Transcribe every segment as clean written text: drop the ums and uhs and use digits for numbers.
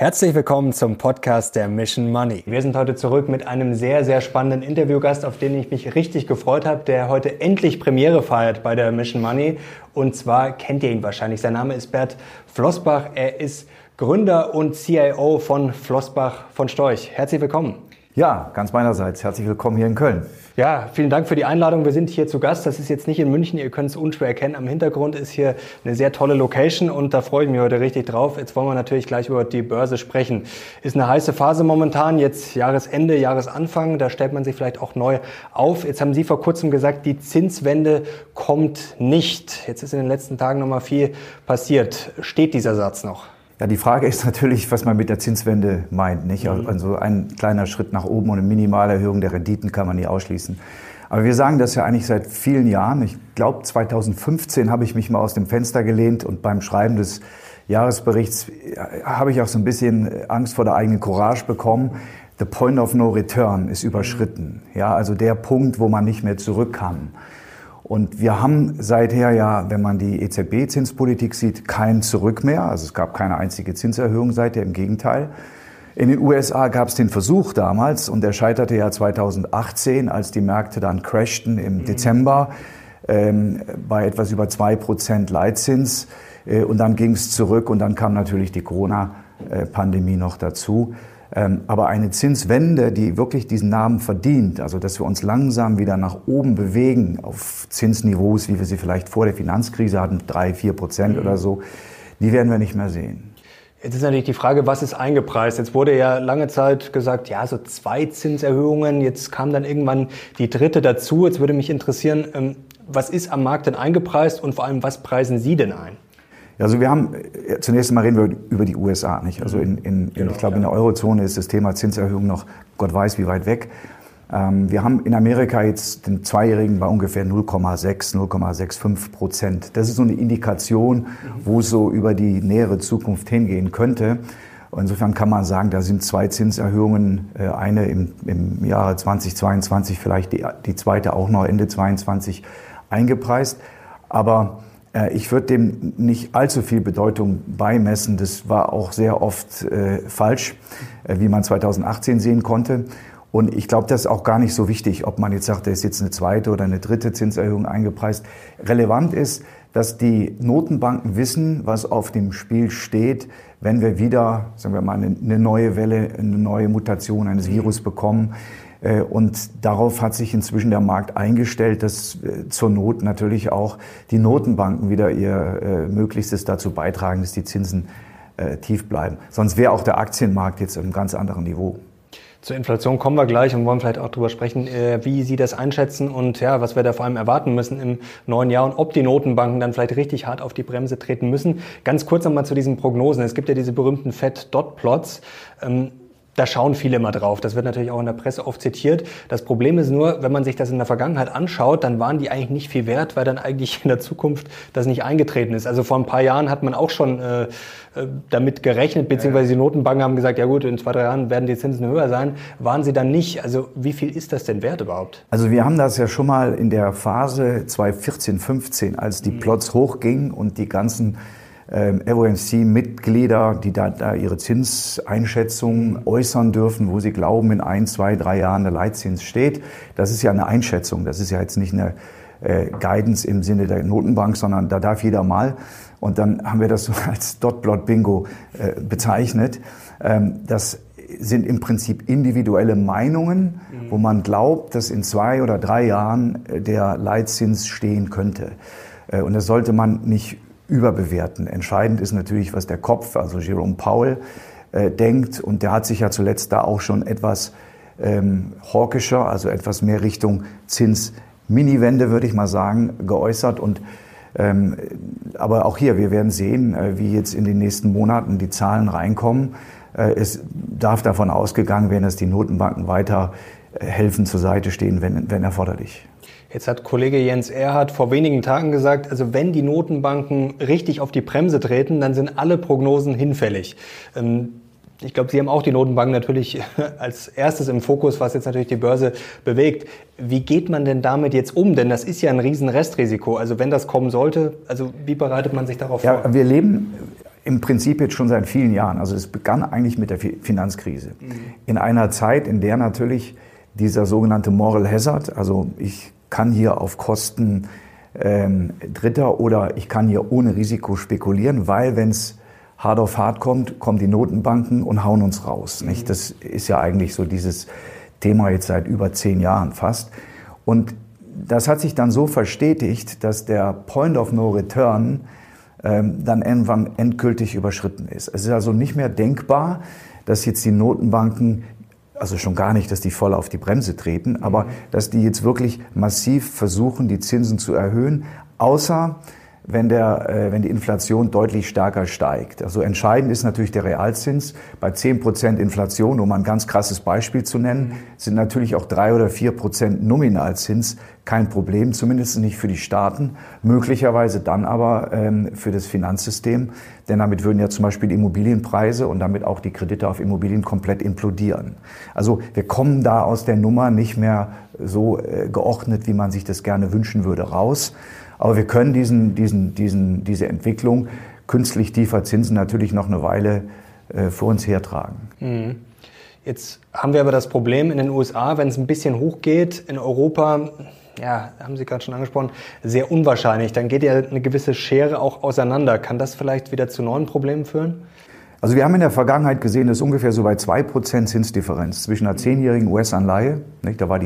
Herzlich willkommen zum Podcast der Mission Money. Wir sind heute zurück mit einem sehr, sehr spannenden Interviewgast, auf den ich mich richtig gefreut habe, der heute endlich Premiere feiert bei der Mission Money. Und zwar kennt ihr ihn wahrscheinlich. Sein Name ist Bert Flossbach. Er ist Gründer und CIO von Flossbach von Storch. Herzlich willkommen. Ja, ganz meinerseits. Herzlich willkommen hier in Köln. Ja, vielen Dank für die Einladung. Wir sind hier zu Gast. Das ist jetzt nicht in München. Ihr könnt es unschwer erkennen. Am Hintergrund ist hier eine sehr tolle Location und da freue ich mich heute richtig drauf. Jetzt wollen wir natürlich gleich über die Börse sprechen. Ist eine heiße Phase momentan. Jetzt Jahresende, Jahresanfang. Da stellt man sich vielleicht auch neu auf. Jetzt haben Sie vor kurzem gesagt, die Zinswende kommt nicht. Jetzt ist in den letzten Tagen noch mal viel passiert. Steht dieser Satz noch? Ja, die Frage ist natürlich, was man mit der Zinswende meint, nicht? Also ein kleiner Schritt nach oben und eine Minimalerhöhung der Renditen kann man nie ausschließen. Aber wir sagen das ja eigentlich seit vielen Jahren. Ich glaube, 2015 habe ich mich mal aus dem Fenster gelehnt und beim Schreiben des Jahresberichts habe ich auch so ein bisschen Angst vor der eigenen Courage bekommen. The point of no return ist überschritten. Ja, also der Punkt, wo man nicht mehr zurück kann. Und wir haben seither ja, wenn man die EZB-Zinspolitik sieht, kein Zurück mehr. Also es gab keine einzige Zinserhöhung seither, im Gegenteil. In den USA gab es den Versuch damals und der scheiterte ja 2018, als die Märkte dann crashten im Dezember bei etwas über 2% Leitzins. Und dann ging es zurück und dann kam natürlich die Corona-Pandemie noch dazu. Aber eine Zinswende, die wirklich diesen Namen verdient, also dass wir uns langsam wieder nach oben bewegen auf Zinsniveaus, wie wir sie vielleicht vor der Finanzkrise hatten, 3-4% oder so, die werden wir nicht mehr sehen. Jetzt ist natürlich die Frage, was ist eingepreist? Jetzt wurde ja lange Zeit gesagt, ja, so 2 Zinserhöhungen, jetzt kam dann irgendwann die dritte dazu. Jetzt würde mich interessieren, was ist am Markt denn eingepreist und vor allem, was preisen Sie denn ein? Also wir haben, zunächst einmal reden wir über die USA, nicht? Also ich glaube, in der Eurozone ist das Thema Zinserhöhung noch Gott weiß wie weit weg. Wir haben in Amerika jetzt den Zweijährigen bei ungefähr 0,65%. Das ist so eine Indikation, wo es so über die nähere Zukunft hingehen könnte. Insofern kann man sagen, da sind 2 Zinserhöhungen, eine im Jahre 2022, vielleicht die zweite auch noch Ende 2022 eingepreist. Aber ich würde dem nicht allzu viel Bedeutung beimessen. Das war auch sehr oft falsch, wie man 2018 sehen konnte. Und ich glaube, das ist auch gar nicht so wichtig, ob man jetzt sagt, da ist jetzt eine zweite oder eine dritte Zinserhöhung eingepreist. Relevant ist, dass die Notenbanken wissen, was auf dem Spiel steht, wenn wir wieder, sagen wir mal, eine neue Welle, eine neue Mutation eines Virus bekommen. Und darauf hat sich inzwischen der Markt eingestellt, dass zur Not natürlich auch die Notenbanken wieder ihr Möglichstes dazu beitragen, dass die Zinsen tief bleiben. Sonst wäre auch der Aktienmarkt jetzt auf einem ganz anderen Niveau. Zur Inflation kommen wir gleich und wollen vielleicht auch darüber sprechen, wie Sie das einschätzen und ja, was wir da vor allem erwarten müssen im neuen Jahr und ob die Notenbanken dann vielleicht richtig hart auf die Bremse treten müssen. Ganz kurz nochmal zu diesen Prognosen. Es gibt ja diese berühmten Fed-Dot-Plots. Da schauen viele immer drauf. Das wird natürlich auch in der Presse oft zitiert. Das Problem ist nur, wenn man sich das in der Vergangenheit anschaut, dann waren die eigentlich nicht viel wert, weil dann eigentlich in der Zukunft das nicht eingetreten ist. Also vor ein paar Jahren hat man auch schon damit gerechnet, beziehungsweise die Notenbanken haben gesagt, ja gut, in 2-3 Jahren werden die Zinsen höher sein. Waren sie dann nicht? Also wie viel ist das denn wert überhaupt? Also wir haben das ja schon mal in der Phase 2014, 15, als die Plots hochgingen und die ganzen FOMC-Mitglieder, die da ihre Zinseinschätzung äußern dürfen, wo sie glauben, in 1, 2, 3 Jahren der Leitzins steht. Das ist ja eine Einschätzung. Das ist ja jetzt nicht eine Guidance im Sinne der Notenbank, sondern da darf jeder mal. Und dann haben wir das so als Dot-Plot-Bingo bezeichnet. Das sind im Prinzip individuelle Meinungen, wo man glaubt, dass in 2 oder 3 Jahren der Leitzins stehen könnte. Und das sollte man nicht überbewerten. Entscheidend ist natürlich, was der Kopf, also Jerome Powell, denkt. Und der hat sich ja zuletzt da auch schon etwas hawkischer, also etwas mehr Richtung Zinsminiwende, würde ich mal sagen, geäußert. Und aber auch hier, wir werden sehen, wie jetzt in den nächsten Monaten die Zahlen reinkommen. Es darf davon ausgegangen werden, dass die Notenbanken weiter helfen, zur Seite stehen, wenn erforderlich. Jetzt hat Kollege Jens Erhardt vor wenigen Tagen gesagt, also wenn die Notenbanken richtig auf die Bremse treten, dann sind alle Prognosen hinfällig. Ich glaube, Sie haben auch die Notenbanken natürlich als erstes im Fokus, was jetzt natürlich die Börse bewegt. Wie geht man denn damit jetzt um? Denn das ist ja ein riesen Restrisiko. Also wenn das kommen sollte, also wie bereitet man sich darauf vor? Ja, wir leben im Prinzip jetzt schon seit vielen Jahren. Also es begann eigentlich mit der Finanzkrise. In einer Zeit, in der natürlich dieser sogenannte Moral Hazard, also ich kann hier auf Kosten Dritter oder ich kann hier ohne Risiko spekulieren, weil wenn es hart auf hart kommt, kommen die Notenbanken und hauen uns raus. Nicht? Das ist ja eigentlich so dieses Thema jetzt seit über 10 Jahren fast. Und das hat sich dann so verstetigt, dass der Point of No Return dann irgendwann endgültig überschritten ist. Es ist also nicht mehr denkbar, dass jetzt die Notenbanken, also schon gar nicht, dass die voll auf die Bremse treten, aber dass die jetzt wirklich massiv versuchen, die Zinsen zu erhöhen, außer wenn die Inflation deutlich stärker steigt. Also entscheidend ist natürlich der Realzins. Bei 10% Inflation, um ein ganz krasses Beispiel zu nennen, sind natürlich auch 3 oder 4% Nominalzins kein Problem, zumindest nicht für die Staaten, möglicherweise dann aber für das Finanzsystem, denn damit würden ja zum Beispiel die Immobilienpreise und damit auch die Kredite auf Immobilien komplett implodieren. Also wir kommen da aus der Nummer nicht mehr so geordnet, wie man sich das gerne wünschen würde, raus. Aber wir können diese Entwicklung künstlich tiefer Zinsen natürlich noch eine Weile vor uns hertragen. Mhm. Jetzt haben wir aber das Problem in den USA, wenn es ein bisschen hochgeht, in Europa, ja, haben Sie gerade schon angesprochen, sehr unwahrscheinlich. Dann geht ja eine gewisse Schere auch auseinander. Kann das vielleicht wieder zu neuen Problemen führen? Also wir haben in der Vergangenheit gesehen, dass ungefähr so bei 2% Zinsdifferenz zwischen einer 10-jährigen US-Anleihe, da war die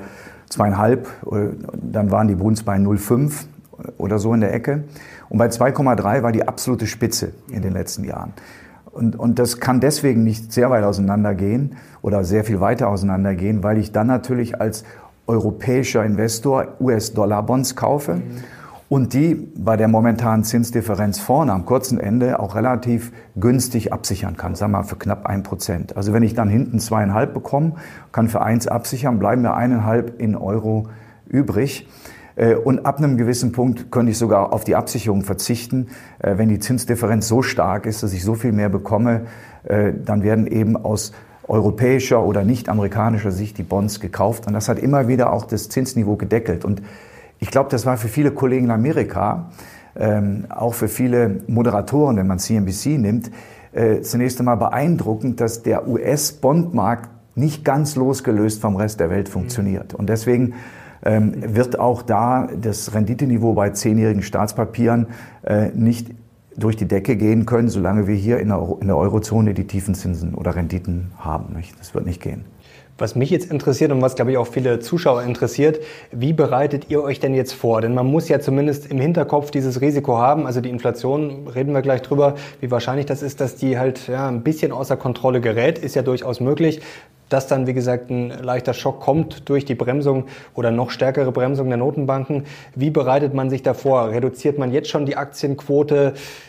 2,5, dann waren die Bunds bei 0,5 oder so in der Ecke. Und bei 2,3 war die absolute Spitze in den letzten Jahren. Und das kann deswegen nicht sehr weit auseinandergehen oder sehr viel weiter auseinandergehen, weil ich dann natürlich als europäischer Investor US-Dollar-Bonds kaufe und die bei der momentanen Zinsdifferenz vorne am kurzen Ende auch relativ günstig absichern kann, sagen wir mal für knapp 1%. Also wenn ich dann hinten 2,5 bekomme, kann für 1 absichern, bleiben mir 1,5 in Euro übrig. Und ab einem gewissen Punkt könnte ich sogar auf die Absicherung verzichten. Wenn die Zinsdifferenz so stark ist, dass ich so viel mehr bekomme, dann werden eben aus europäischer oder nicht-amerikanischer Sicht die Bonds gekauft. Und das hat immer wieder auch das Zinsniveau gedeckelt. Und ich glaube, das war für viele Kollegen in Amerika, auch für viele Moderatoren, wenn man CNBC nimmt, zunächst einmal beeindruckend, dass der US-Bondmarkt nicht ganz losgelöst vom Rest der Welt funktioniert. Und deswegen wird auch da das Renditeniveau bei 10-jährigen Staatspapieren nicht durch die Decke gehen können, solange wir hier in der Eurozone die tiefen Zinsen oder Renditen haben. Das wird nicht gehen. Was mich jetzt interessiert und was, glaube ich, auch viele Zuschauer interessiert, wie bereitet ihr euch denn jetzt vor? Denn man muss ja zumindest im Hinterkopf dieses Risiko haben. Also die Inflation, reden wir gleich drüber, wie wahrscheinlich das ist, dass die halt ein bisschen außer Kontrolle gerät, ist ja durchaus möglich. Dass dann, wie gesagt, ein leichter Schock kommt durch die Bremsung oder noch stärkere Bremsung der Notenbanken. Wie bereitet man sich davor? Reduziert man jetzt schon die Aktienquote?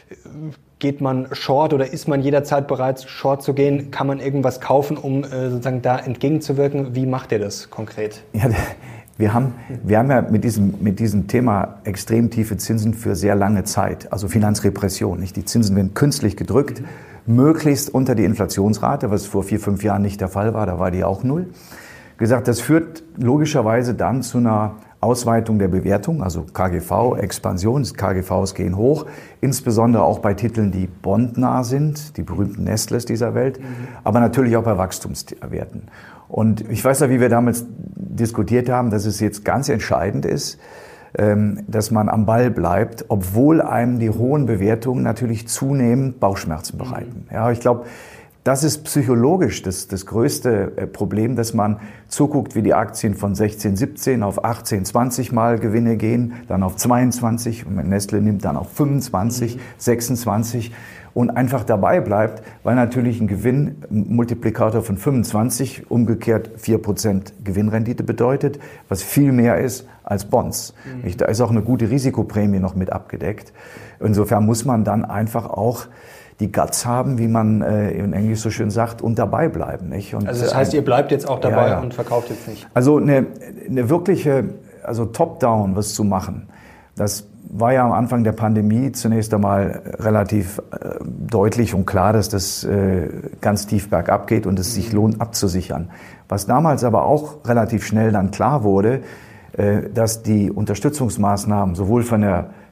Geht man short oder ist man jederzeit bereit, short zu gehen? Kann man irgendwas kaufen, um sozusagen da entgegenzuwirken? Wie macht ihr das konkret? Ja, wir haben ja mit diesem Thema extrem tiefe Zinsen für sehr lange Zeit, also Finanzrepression. Nicht? Die Zinsen werden künstlich gedrückt, möglichst unter die Inflationsrate, was vor 4-5 Jahren nicht der Fall war, da war die auch 0. Gesagt, das führt logischerweise dann zu einer Ausweitung der Bewertung, also KGV, Expansion, die KGVs gehen hoch, insbesondere auch bei Titeln, die bondnah sind, die berühmten Nestles dieser Welt, aber natürlich auch bei Wachstumswerten. Und ich weiß ja, wie wir damals diskutiert haben, dass es jetzt ganz entscheidend ist, dass man am Ball bleibt, obwohl einem die hohen Bewertungen natürlich zunehmend Bauchschmerzen bereiten. Ja, ich glaube, das ist psychologisch das größte Problem, dass man zuguckt, wie die Aktien von 16, 17 auf 18, 20 Mal Gewinne gehen, dann auf 22 und Nestle nimmt dann auf 25, 26 und einfach dabei bleibt, weil natürlich ein Gewinnmultiplikator von 25 umgekehrt 4% Gewinnrendite bedeutet, was viel mehr ist als Bonds. Da ist auch eine gute Risikoprämie noch mit abgedeckt. Insofern muss man dann einfach auch die Guts haben, wie man in Englisch so schön sagt, und dabei bleiben. Nicht? Und also das heißt, ihr bleibt jetzt auch dabei und verkauft jetzt nicht? Also eine wirkliche, also top-down was zu machen, das war ja am Anfang der Pandemie zunächst einmal relativ deutlich und klar, dass das ganz tief bergab geht und es sich lohnt abzusichern. Was damals aber auch relativ schnell dann klar wurde, dass die Unterstützungsmaßnahmen sowohl von der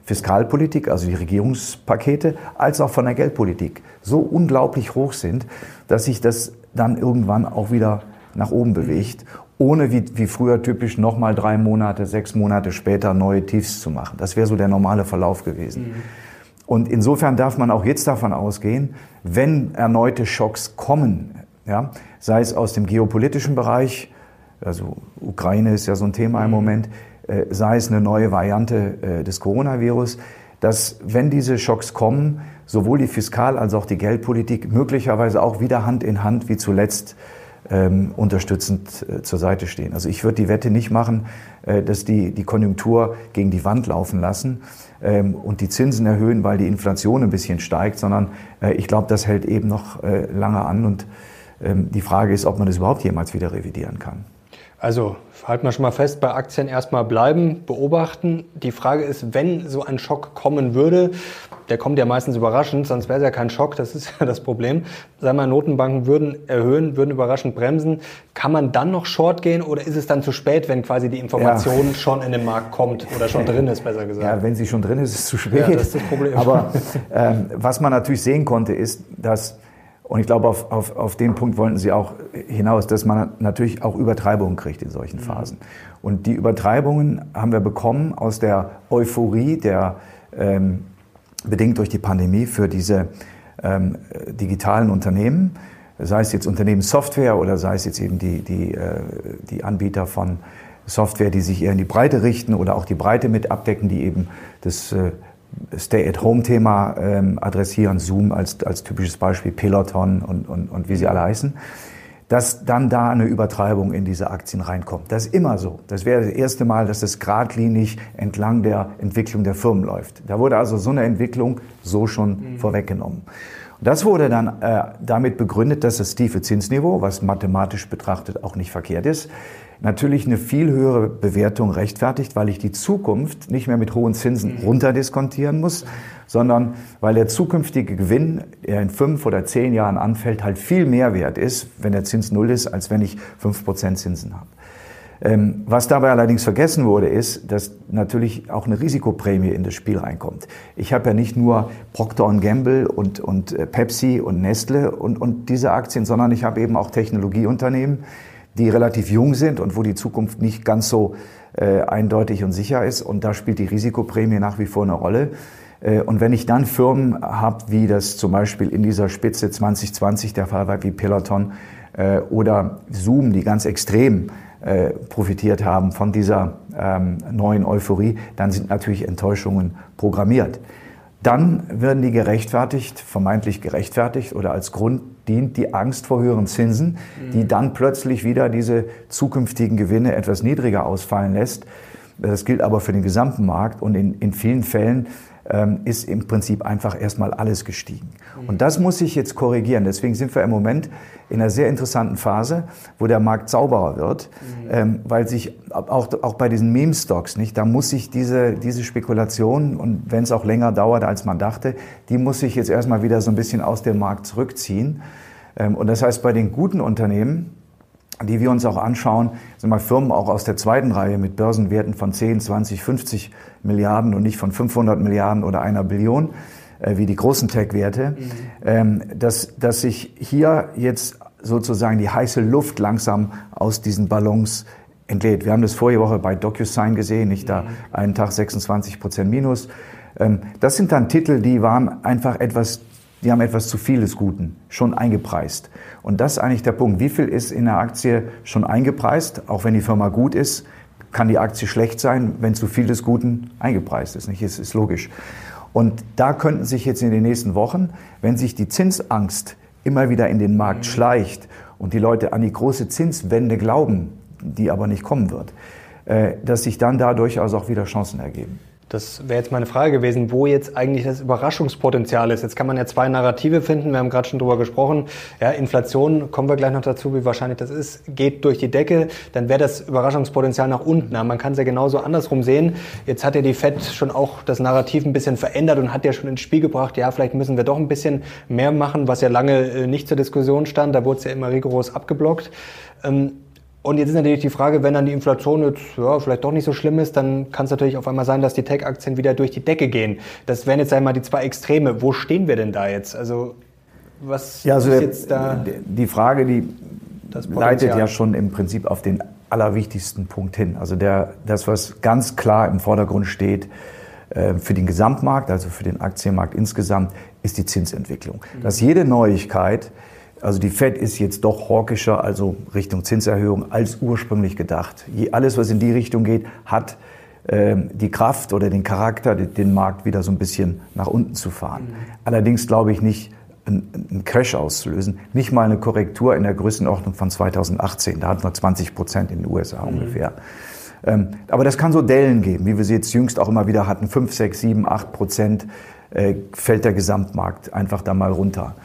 Fiskalpolitik, also die Regierungspakete, als auch von der Geldpolitik so unglaublich hoch sind, dass sich das dann irgendwann auch wieder nach oben bewegt, ohne wie früher typisch nochmal 3 Monate, 6 Monate später neue Tiefs zu machen. Das wäre so der normale Verlauf gewesen. Und insofern darf man auch jetzt davon ausgehen, wenn erneute Schocks kommen, ja, sei es aus dem geopolitischen Bereich, also Ukraine ist ja so ein Thema im Moment, sei es eine neue Variante des Coronavirus, dass, wenn diese Schocks kommen, sowohl die Fiskal- als auch die Geldpolitik möglicherweise auch wieder Hand in Hand wie zuletzt unterstützend zur Seite stehen. Also ich würde die Wette nicht machen, dass die Konjunktur gegen die Wand laufen lassen und die Zinsen erhöhen, weil die Inflation ein bisschen steigt, sondern ich glaube, das hält eben noch lange an und die Frage ist, ob man das überhaupt jemals wieder revidieren kann. Also halten wir schon mal fest, bei Aktien erstmal bleiben, beobachten. Die Frage ist, wenn so ein Schock kommen würde, der kommt ja meistens überraschend, sonst wäre es ja kein Schock, das ist ja das Problem. Sagen wir, Notenbanken würden erhöhen, würden überraschend bremsen. Kann man dann noch short gehen oder ist es dann zu spät, wenn quasi die Information schon in den Markt kommt oder schon drin ist, besser gesagt? Ja, wenn sie schon drin ist, ist es zu spät. Ja, das ist das Problem. Aber was man natürlich sehen konnte, ist, dass, und ich glaube, auf den Punkt wollten Sie auch hinaus, dass man natürlich auch Übertreibungen kriegt in solchen Phasen. Und die Übertreibungen haben wir bekommen aus der Euphorie, bedingt durch die Pandemie für diese digitalen Unternehmen, sei es jetzt Unternehmenssoftware oder sei es jetzt eben die Anbieter von Software, die sich eher in die Breite richten oder auch die Breite mit abdecken, die eben das Stay-at-Home-Thema adressieren, Zoom als typisches Beispiel, Peloton und wie sie alle heißen, dass dann da eine Übertreibung in diese Aktien reinkommt. Das ist immer so. Das wäre das erste Mal, dass es geradlinig entlang der Entwicklung der Firmen läuft. Da wurde also so eine Entwicklung so schon vorweggenommen. Und das wurde dann damit begründet, dass das tiefe Zinsniveau, was mathematisch betrachtet auch nicht verkehrt ist, natürlich eine viel höhere Bewertung rechtfertigt, weil ich die Zukunft nicht mehr mit hohen Zinsen runterdiskontieren muss, sondern weil der zukünftige Gewinn, der in 5 oder 10 Jahren anfällt, halt viel mehr wert ist, wenn der Zins 0 ist, als wenn ich 5% Zinsen habe. Was dabei allerdings vergessen wurde, ist, dass natürlich auch eine Risikoprämie in das Spiel reinkommt. Ich habe ja nicht nur Procter & Gamble und Pepsi und Nestle und diese Aktien, sondern ich habe eben auch Technologieunternehmen, die relativ jung sind und wo die Zukunft nicht ganz so eindeutig und sicher ist. Und da spielt die Risikoprämie nach wie vor eine Rolle. Und wenn ich dann Firmen habe, wie das zum Beispiel in dieser Spitze 2020 der Fall war, wie Peloton oder Zoom, die ganz extrem profitiert haben von dieser neuen Euphorie, dann sind natürlich Enttäuschungen programmiert. Dann werden die gerechtfertigt, vermeintlich gerechtfertigt oder als Grund dient die Angst vor höheren Zinsen, die dann plötzlich wieder diese zukünftigen Gewinne etwas niedriger ausfallen lässt. Das gilt aber für den gesamten Markt und in vielen Fällen ist im Prinzip einfach erstmal alles gestiegen. Und das muss sich jetzt korrigieren. Deswegen sind wir im Moment in einer sehr interessanten Phase, wo der Markt sauberer wird, weil sich auch bei diesen Meme-Stocks, nicht, da muss sich diese Spekulation, und wenn es auch länger dauert, als man dachte, die muss sich jetzt erstmal wieder so ein bisschen aus dem Markt zurückziehen. Und das heißt, bei den guten Unternehmen, die wir uns auch anschauen, sind mal Firmen auch aus der zweiten Reihe mit Börsenwerten von 10, 20, 50 Milliarden und nicht von 500 Milliarden oder 1 Billion, wie die großen Tech-Werte, dass sich hier jetzt sozusagen die heiße Luft langsam aus diesen Ballons entlädt. Wir haben das vorige Woche bei DocuSign gesehen, nicht da einen Tag 26% Minus. Das sind dann Titel, die haben etwas zu viel des Guten schon eingepreist. Und das ist eigentlich der Punkt. Wie viel ist in der Aktie schon eingepreist? Auch wenn die Firma gut ist, kann die Aktie schlecht sein, wenn zu viel des Guten eingepreist ist. Nicht? Das ist logisch. Und da könnten sich jetzt in den nächsten Wochen, wenn sich die Zinsangst immer wieder in den Markt schleicht und die Leute an die große Zinswende glauben, die aber nicht kommen wird, dass sich dann da durchaus auch wieder Chancen ergeben. Das wäre jetzt meine Frage gewesen, wo jetzt eigentlich das Überraschungspotenzial ist. Jetzt kann man ja 2 Narrative finden, wir haben gerade schon drüber gesprochen. Ja, Inflation, kommen wir gleich noch dazu, wie wahrscheinlich das ist, geht durch die Decke, dann wäre das Überraschungspotenzial nach unten. Aber man kann es ja genauso andersrum sehen. Jetzt hat ja die FED schon auch das Narrativ ein bisschen verändert und hat ja schon ins Spiel gebracht, ja, vielleicht müssen wir doch ein bisschen mehr machen, was ja lange nicht zur Diskussion stand. Da wurde es ja immer rigoros abgeblockt. Und jetzt ist natürlich die Frage, wenn dann die Inflation jetzt vielleicht doch nicht so schlimm ist, dann kann es natürlich auf einmal sein, dass die Tech-Aktien wieder durch die Decke gehen. Das wären jetzt einmal die zwei Extreme. Wo stehen wir denn da jetzt? Also was ist jetzt da? Die Frage, die leitet ja schon im Prinzip auf den allerwichtigsten Punkt hin. Also das, was ganz klar im Vordergrund steht für den Gesamtmarkt, also für den Aktienmarkt insgesamt, ist die Zinsentwicklung. Dass jede Neuigkeit, also die Fed ist jetzt doch hawkischer, also Richtung Zinserhöhung, als ursprünglich gedacht. Alles, was in die Richtung geht, hat die Kraft oder den Charakter, den Markt wieder so ein bisschen nach unten zu fahren. Allerdings glaube ich nicht, einen Crash auszulösen, nicht mal eine Korrektur in der Größenordnung von 2018. Da hatten wir 20% in den USA ungefähr. Aber das kann so Dellen geben, wie wir sie jetzt jüngst auch immer wieder hatten. 5, 6, 7, 8% fällt der Gesamtmarkt einfach da mal runter.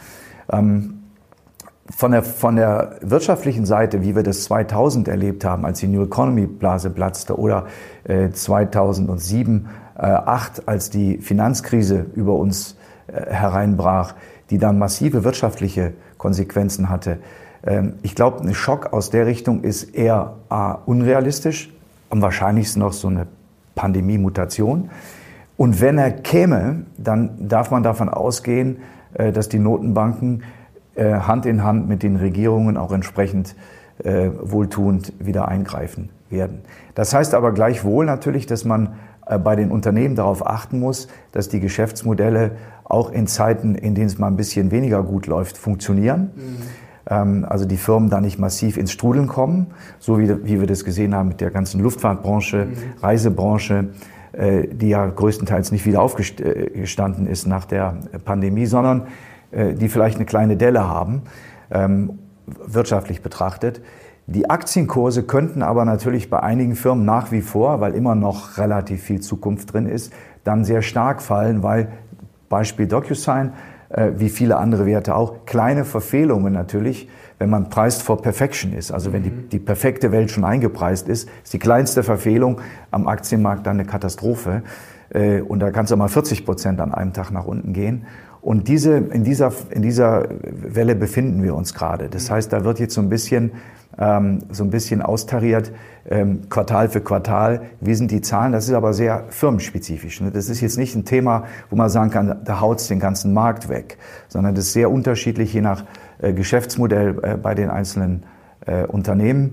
Von der wirtschaftlichen Seite, wie wir das 2000 erlebt haben, als die New Economy Blase platzte, oder 2007, 2008, als die Finanzkrise über uns hereinbrach, die dann massive wirtschaftliche Konsequenzen hatte. Ich glaube, ein Schock aus der Richtung ist eher unrealistisch, am wahrscheinlichsten noch so eine Pandemie-Mutation. Und wenn er käme, dann darf man davon ausgehen, dass die Notenbanken Hand in Hand mit den Regierungen auch entsprechend wohltuend wieder eingreifen werden. Das heißt aber gleichwohl natürlich, dass man bei den Unternehmen darauf achten muss, dass die Geschäftsmodelle auch in Zeiten, in denen es mal ein bisschen weniger gut läuft, funktionieren. Also die Firmen da nicht massiv ins Strudeln kommen, so wie wir das gesehen haben mit der ganzen Luftfahrtbranche, Reisebranche, die ja größtenteils nicht wieder aufgestanden ist nach der Pandemie, sondern die vielleicht eine kleine Delle haben, wirtschaftlich betrachtet. Die Aktienkurse könnten aber natürlich bei einigen Firmen nach wie vor, weil immer noch relativ viel Zukunft drin ist, dann sehr stark fallen, weil Beispiel DocuSign, wie viele andere Werte auch, kleine Verfehlungen natürlich, wenn man priced for perfection ist, also wenn die perfekte Welt schon eingepreist ist, ist die kleinste Verfehlung am Aktienmarkt dann eine Katastrophe. Und da kann es auch mal 40% an einem Tag nach unten gehen. Und in dieser Welle befinden wir uns gerade. Das heißt, da wird jetzt so ein bisschen austariert, Quartal für Quartal. Wie sind die Zahlen? Das ist aber sehr firmenspezifisch. Das ist jetzt nicht ein Thema, wo man sagen kann, da haut's den ganzen Markt weg, sondern das ist sehr unterschiedlich, je nach Geschäftsmodell bei den einzelnen Unternehmen.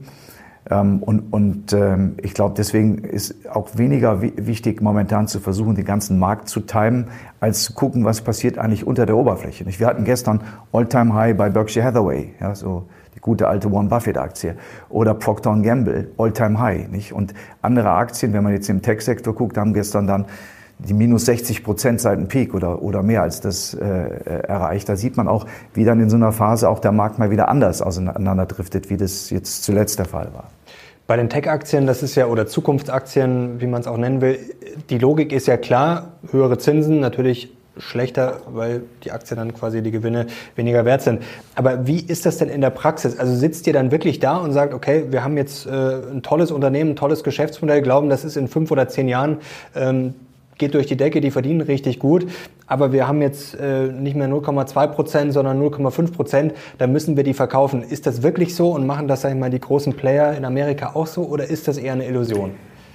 Ich glaube, deswegen ist auch weniger wichtig, momentan zu versuchen, den ganzen Markt zu timen, als zu gucken, was passiert eigentlich unter der Oberfläche. Wir hatten gestern All-Time-High bei Berkshire Hathaway, ja, so die gute alte Warren Buffett-Aktie, oder Procter & Gamble, All-Time-High. Nicht? Und andere Aktien, wenn man jetzt im Tech-Sektor guckt, haben gestern dann die minus 60% seit dem Peak oder mehr als das erreicht. Da sieht man auch, wie dann in so einer Phase auch der Markt mal wieder anders auseinanderdriftet, wie das jetzt zuletzt der Fall war. Bei den Tech-Aktien, das ist ja, oder Zukunftsaktien, wie man es auch nennen will, die Logik ist ja klar, höhere Zinsen natürlich schlechter, weil die Aktien dann quasi die Gewinne weniger wert sind. Aber wie ist das denn in der Praxis? Also sitzt ihr dann wirklich da und sagt, okay, wir haben jetzt ein tolles Unternehmen, ein tolles Geschäftsmodell, glauben, das ist in 5 oder 10 Jahren geht durch die Decke, die verdienen richtig gut, aber wir haben jetzt nicht mehr 0,2%, sondern 0,5%, da müssen wir die verkaufen. Ist das wirklich so und machen das, sag ich mal, die großen Player in Amerika auch so oder ist das eher eine Illusion?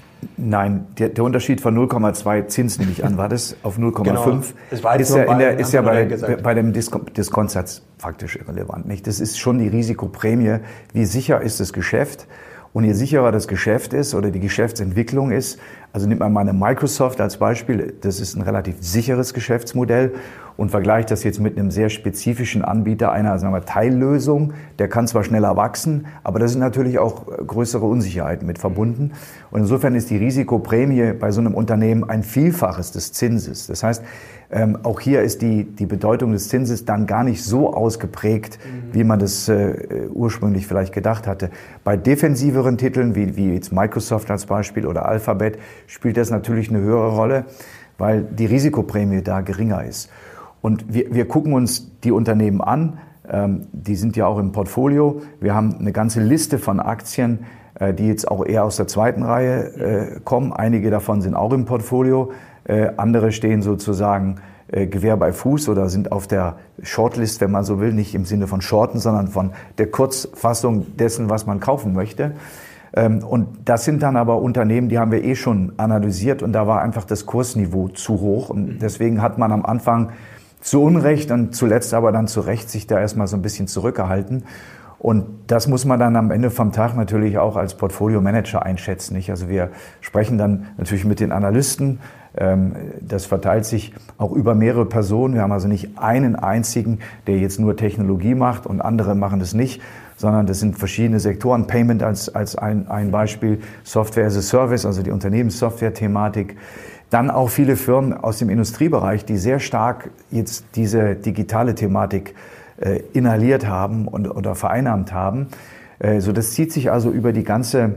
Nein, der Unterschied von 0,2 Zins, nehme ich an, war das auf 0,5, genau. ist ja bei dem Diskontsatz faktisch irrelevant. Nicht? Das ist schon die Risikoprämie, wie sicher ist das Geschäft. Und je sicherer das Geschäft ist oder die Geschäftsentwicklung ist, also nimmt man mal eine Microsoft als Beispiel, das ist ein relativ sicheres Geschäftsmodell und vergleicht das jetzt mit einem sehr spezifischen Anbieter einer, sagen wir, Teillösung, der kann zwar schneller wachsen, aber da sind natürlich auch größere Unsicherheiten mit verbunden. Und insofern ist die Risikoprämie bei so einem Unternehmen ein Vielfaches des Zinses. Das heißt, auch hier ist die Bedeutung des Zinses dann gar nicht so ausgeprägt, wie man das ursprünglich vielleicht gedacht hatte. Bei defensiveren Titeln, wie jetzt Microsoft als Beispiel oder Alphabet, spielt das natürlich eine höhere Rolle, weil die Risikoprämie da geringer ist. Und wir gucken uns die Unternehmen an, die sind ja auch im Portfolio. Wir haben eine ganze Liste von Aktien, die jetzt auch eher aus der zweiten Reihe kommen. Einige davon sind auch im Portfolio. Andere stehen sozusagen Gewehr bei Fuß oder sind auf der Shortlist, wenn man so will, nicht im Sinne von Shorten, sondern von der Kurzfassung dessen, was man kaufen möchte. Und das sind dann aber Unternehmen, die haben wir eh schon analysiert und da war einfach das Kursniveau zu hoch und deswegen hat man am Anfang zu Unrecht und zuletzt aber dann zu Recht sich da erstmal so ein bisschen zurückgehalten. Und das muss man dann am Ende vom Tag natürlich auch als Portfolio-Manager einschätzen, nicht? Also wir sprechen dann natürlich mit den Analysten. Das verteilt sich auch über mehrere Personen. Wir haben also nicht einen einzigen, der jetzt nur Technologie macht und andere machen das nicht, sondern das sind verschiedene Sektoren. Payment als ein Beispiel, Software as a Service, also die Unternehmenssoftware-Thematik. Dann auch viele Firmen aus dem Industriebereich, die sehr stark jetzt diese digitale Thematik inhaliert haben oder vereinnahmt haben. So, das zieht sich also über die ganze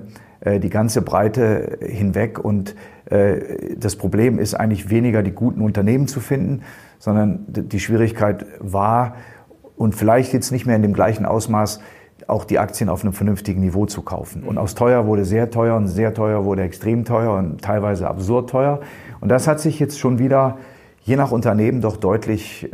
Breite hinweg und das Problem ist eigentlich weniger die guten Unternehmen zu finden, sondern die Schwierigkeit war und vielleicht jetzt nicht mehr in dem gleichen Ausmaß auch die Aktien auf einem vernünftigen Niveau zu kaufen. Und aus teuer wurde sehr teuer und sehr teuer wurde extrem teuer und teilweise absurd teuer. Und das hat sich jetzt schon wieder je nach Unternehmen doch deutlich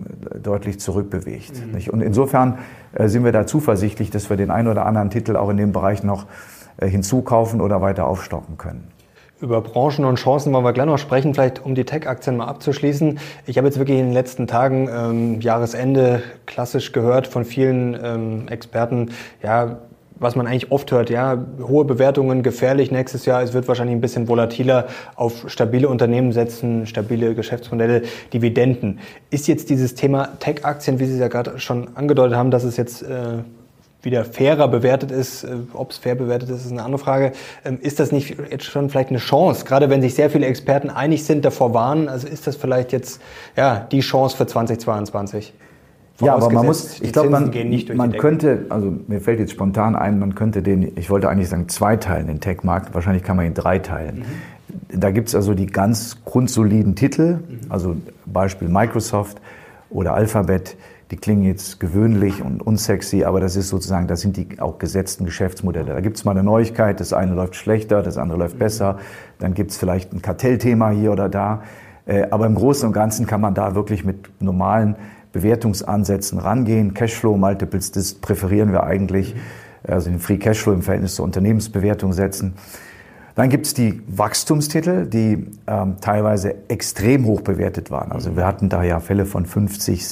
zurückbewegt. Und insofern sind wir da zuversichtlich, dass wir den einen oder anderen Titel auch in dem Bereich noch hinzukaufen oder weiter aufstocken können. Über Branchen und Chancen wollen wir gleich noch sprechen, vielleicht um die Tech-Aktien mal abzuschließen. Ich habe jetzt wirklich in den letzten Tagen Jahresende klassisch gehört von vielen Experten, ja, was man eigentlich oft hört, ja, hohe Bewertungen, gefährlich nächstes Jahr, es wird wahrscheinlich ein bisschen volatiler, auf stabile Unternehmen setzen, stabile Geschäftsmodelle, Dividenden. Ist jetzt dieses Thema Tech-Aktien, wie Sie es ja gerade schon angedeutet haben, dass es jetzt wieder fairer bewertet ist, ob es fair bewertet ist, ist eine andere Frage. Ist das nicht jetzt schon vielleicht eine Chance, gerade wenn sich sehr viele Experten einig sind, davor warnen, also ist das vielleicht jetzt ja die Chance für 2022? Ja, aber man muss, ich glaube, man könnte, also mir fällt jetzt spontan ein, man könnte ich wollte eigentlich sagen zweiteilen, den Tech-Markt, wahrscheinlich kann man ihn dreiteilen. Da gibt's also die ganz grundsoliden Titel, also Beispiel Microsoft oder Alphabet, die klingen jetzt gewöhnlich und unsexy, aber das ist sozusagen, das sind die auch gesetzten Geschäftsmodelle. Da gibt's mal eine Neuigkeit, das eine läuft schlechter, das andere läuft besser, dann gibt's vielleicht ein Kartellthema hier oder da, aber im Großen und Ganzen kann man da wirklich mit normalen Bewertungsansätzen rangehen. Cashflow-Multiples, das präferieren wir eigentlich, also den Free Cashflow im Verhältnis zur Unternehmensbewertung setzen. Dann gibt es die Wachstumstitel, die teilweise extrem hoch bewertet waren. Also wir hatten da ja Fälle von 50,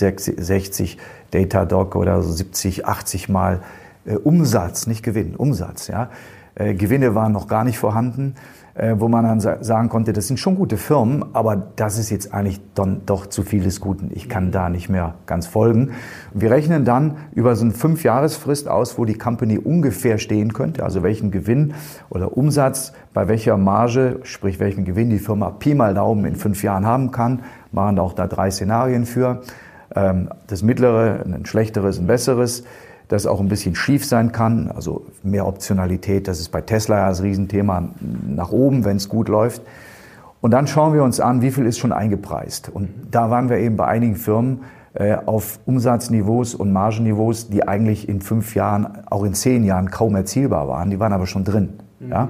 60 Datadog oder so 70, 80 Mal Umsatz, nicht Gewinn, Umsatz. Ja. Gewinne waren noch gar nicht vorhanden, wo man dann sagen konnte, das sind schon gute Firmen, aber das ist jetzt eigentlich doch zu viel des Guten. Ich kann da nicht mehr ganz folgen. Wir rechnen dann über so eine 5-Jahresfrist aus, wo die Company ungefähr stehen könnte, also welchen Gewinn oder Umsatz, bei welcher Marge, sprich welchen Gewinn die Firma Pi mal Daumen in 5 Jahren haben kann, machen auch da 3 Szenarien für. Das mittlere, ein schlechteres, ein besseres, das auch ein bisschen schief sein kann, also mehr Optionalität, das ist bei Tesla ja das Riesenthema nach oben, wenn es gut läuft. Und dann schauen wir uns an, wie viel ist schon eingepreist. Und da waren wir eben bei einigen Firmen auf Umsatzniveaus und Margenniveaus, die eigentlich in 5 Jahren, auch in 10 Jahren kaum erzielbar waren, die waren aber schon drin. Ja?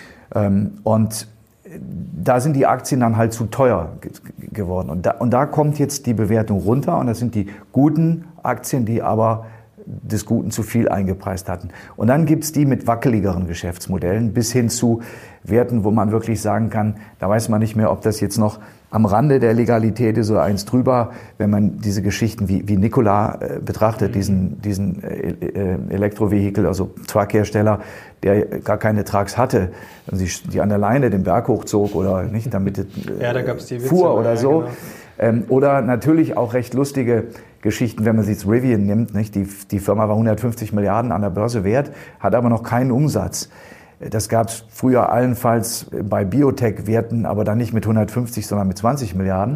Und da sind die Aktien dann halt zu teuer geworden. Und da kommt jetzt die Bewertung runter und das sind die guten Aktien, die aber des Guten zu viel eingepreist hatten. Und dann gibt's die mit wackeligeren Geschäftsmodellen bis hin zu Werten, wo man wirklich sagen kann, da weiß man nicht mehr, ob das jetzt noch am Rande der Legalität ist oder eins drüber, wenn man diese Geschichten wie Nikola betrachtet, diesen Elektrovehikel, also Truckhersteller, der gar keine Trucks hatte, die an der Leine den Berg hochzog oder nicht, damit ja, da gab's die Witze, fuhr oder so. Genau. Oder natürlich auch recht lustige Geschichten, wenn man sich jetzt Rivian nimmt, nicht? Die Firma war 150 Milliarden an der Börse wert, hat aber noch keinen Umsatz. Das gab es früher allenfalls bei Biotech-Werten, aber dann nicht mit 150, sondern mit 20 Milliarden.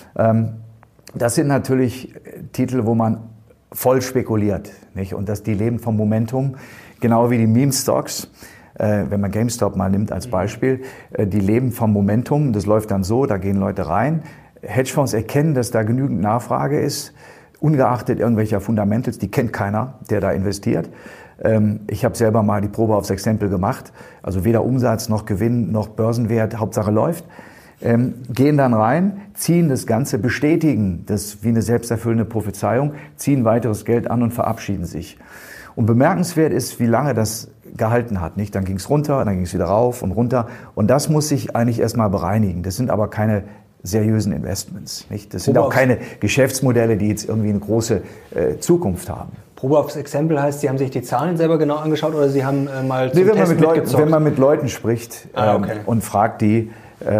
Das sind natürlich Titel, wo man voll spekuliert, nicht? Und die leben vom Momentum, genau wie die Meme-Stocks. Wenn man GameStop mal nimmt als Beispiel, die leben vom Momentum, das läuft dann so, da gehen Leute rein. Hedgefonds erkennen, dass da genügend Nachfrage ist, ungeachtet irgendwelcher Fundamentals, die kennt keiner, der da investiert. Ich habe selber mal die Probe aufs Exempel gemacht, also weder Umsatz noch Gewinn noch Börsenwert, Hauptsache läuft. gehen dann rein, ziehen das Ganze, bestätigen das wie eine selbsterfüllende Prophezeiung, ziehen weiteres Geld an und verabschieden sich. Und bemerkenswert ist, wie lange das gehalten hat. Nicht? Dann ging es runter, dann ging es wieder rauf und runter. Und das muss sich eigentlich erstmal bereinigen. Das sind aber keine seriösen Investments. Nicht? Das sind auch keine Geschäftsmodelle, die jetzt irgendwie eine große Zukunft haben. Probe aufs Exempel heißt, Sie haben sich die Zahlen selber genau angeschaut oder Sie haben mal zum Test mitgezockt? Wenn man mit Leuten spricht und fragt die,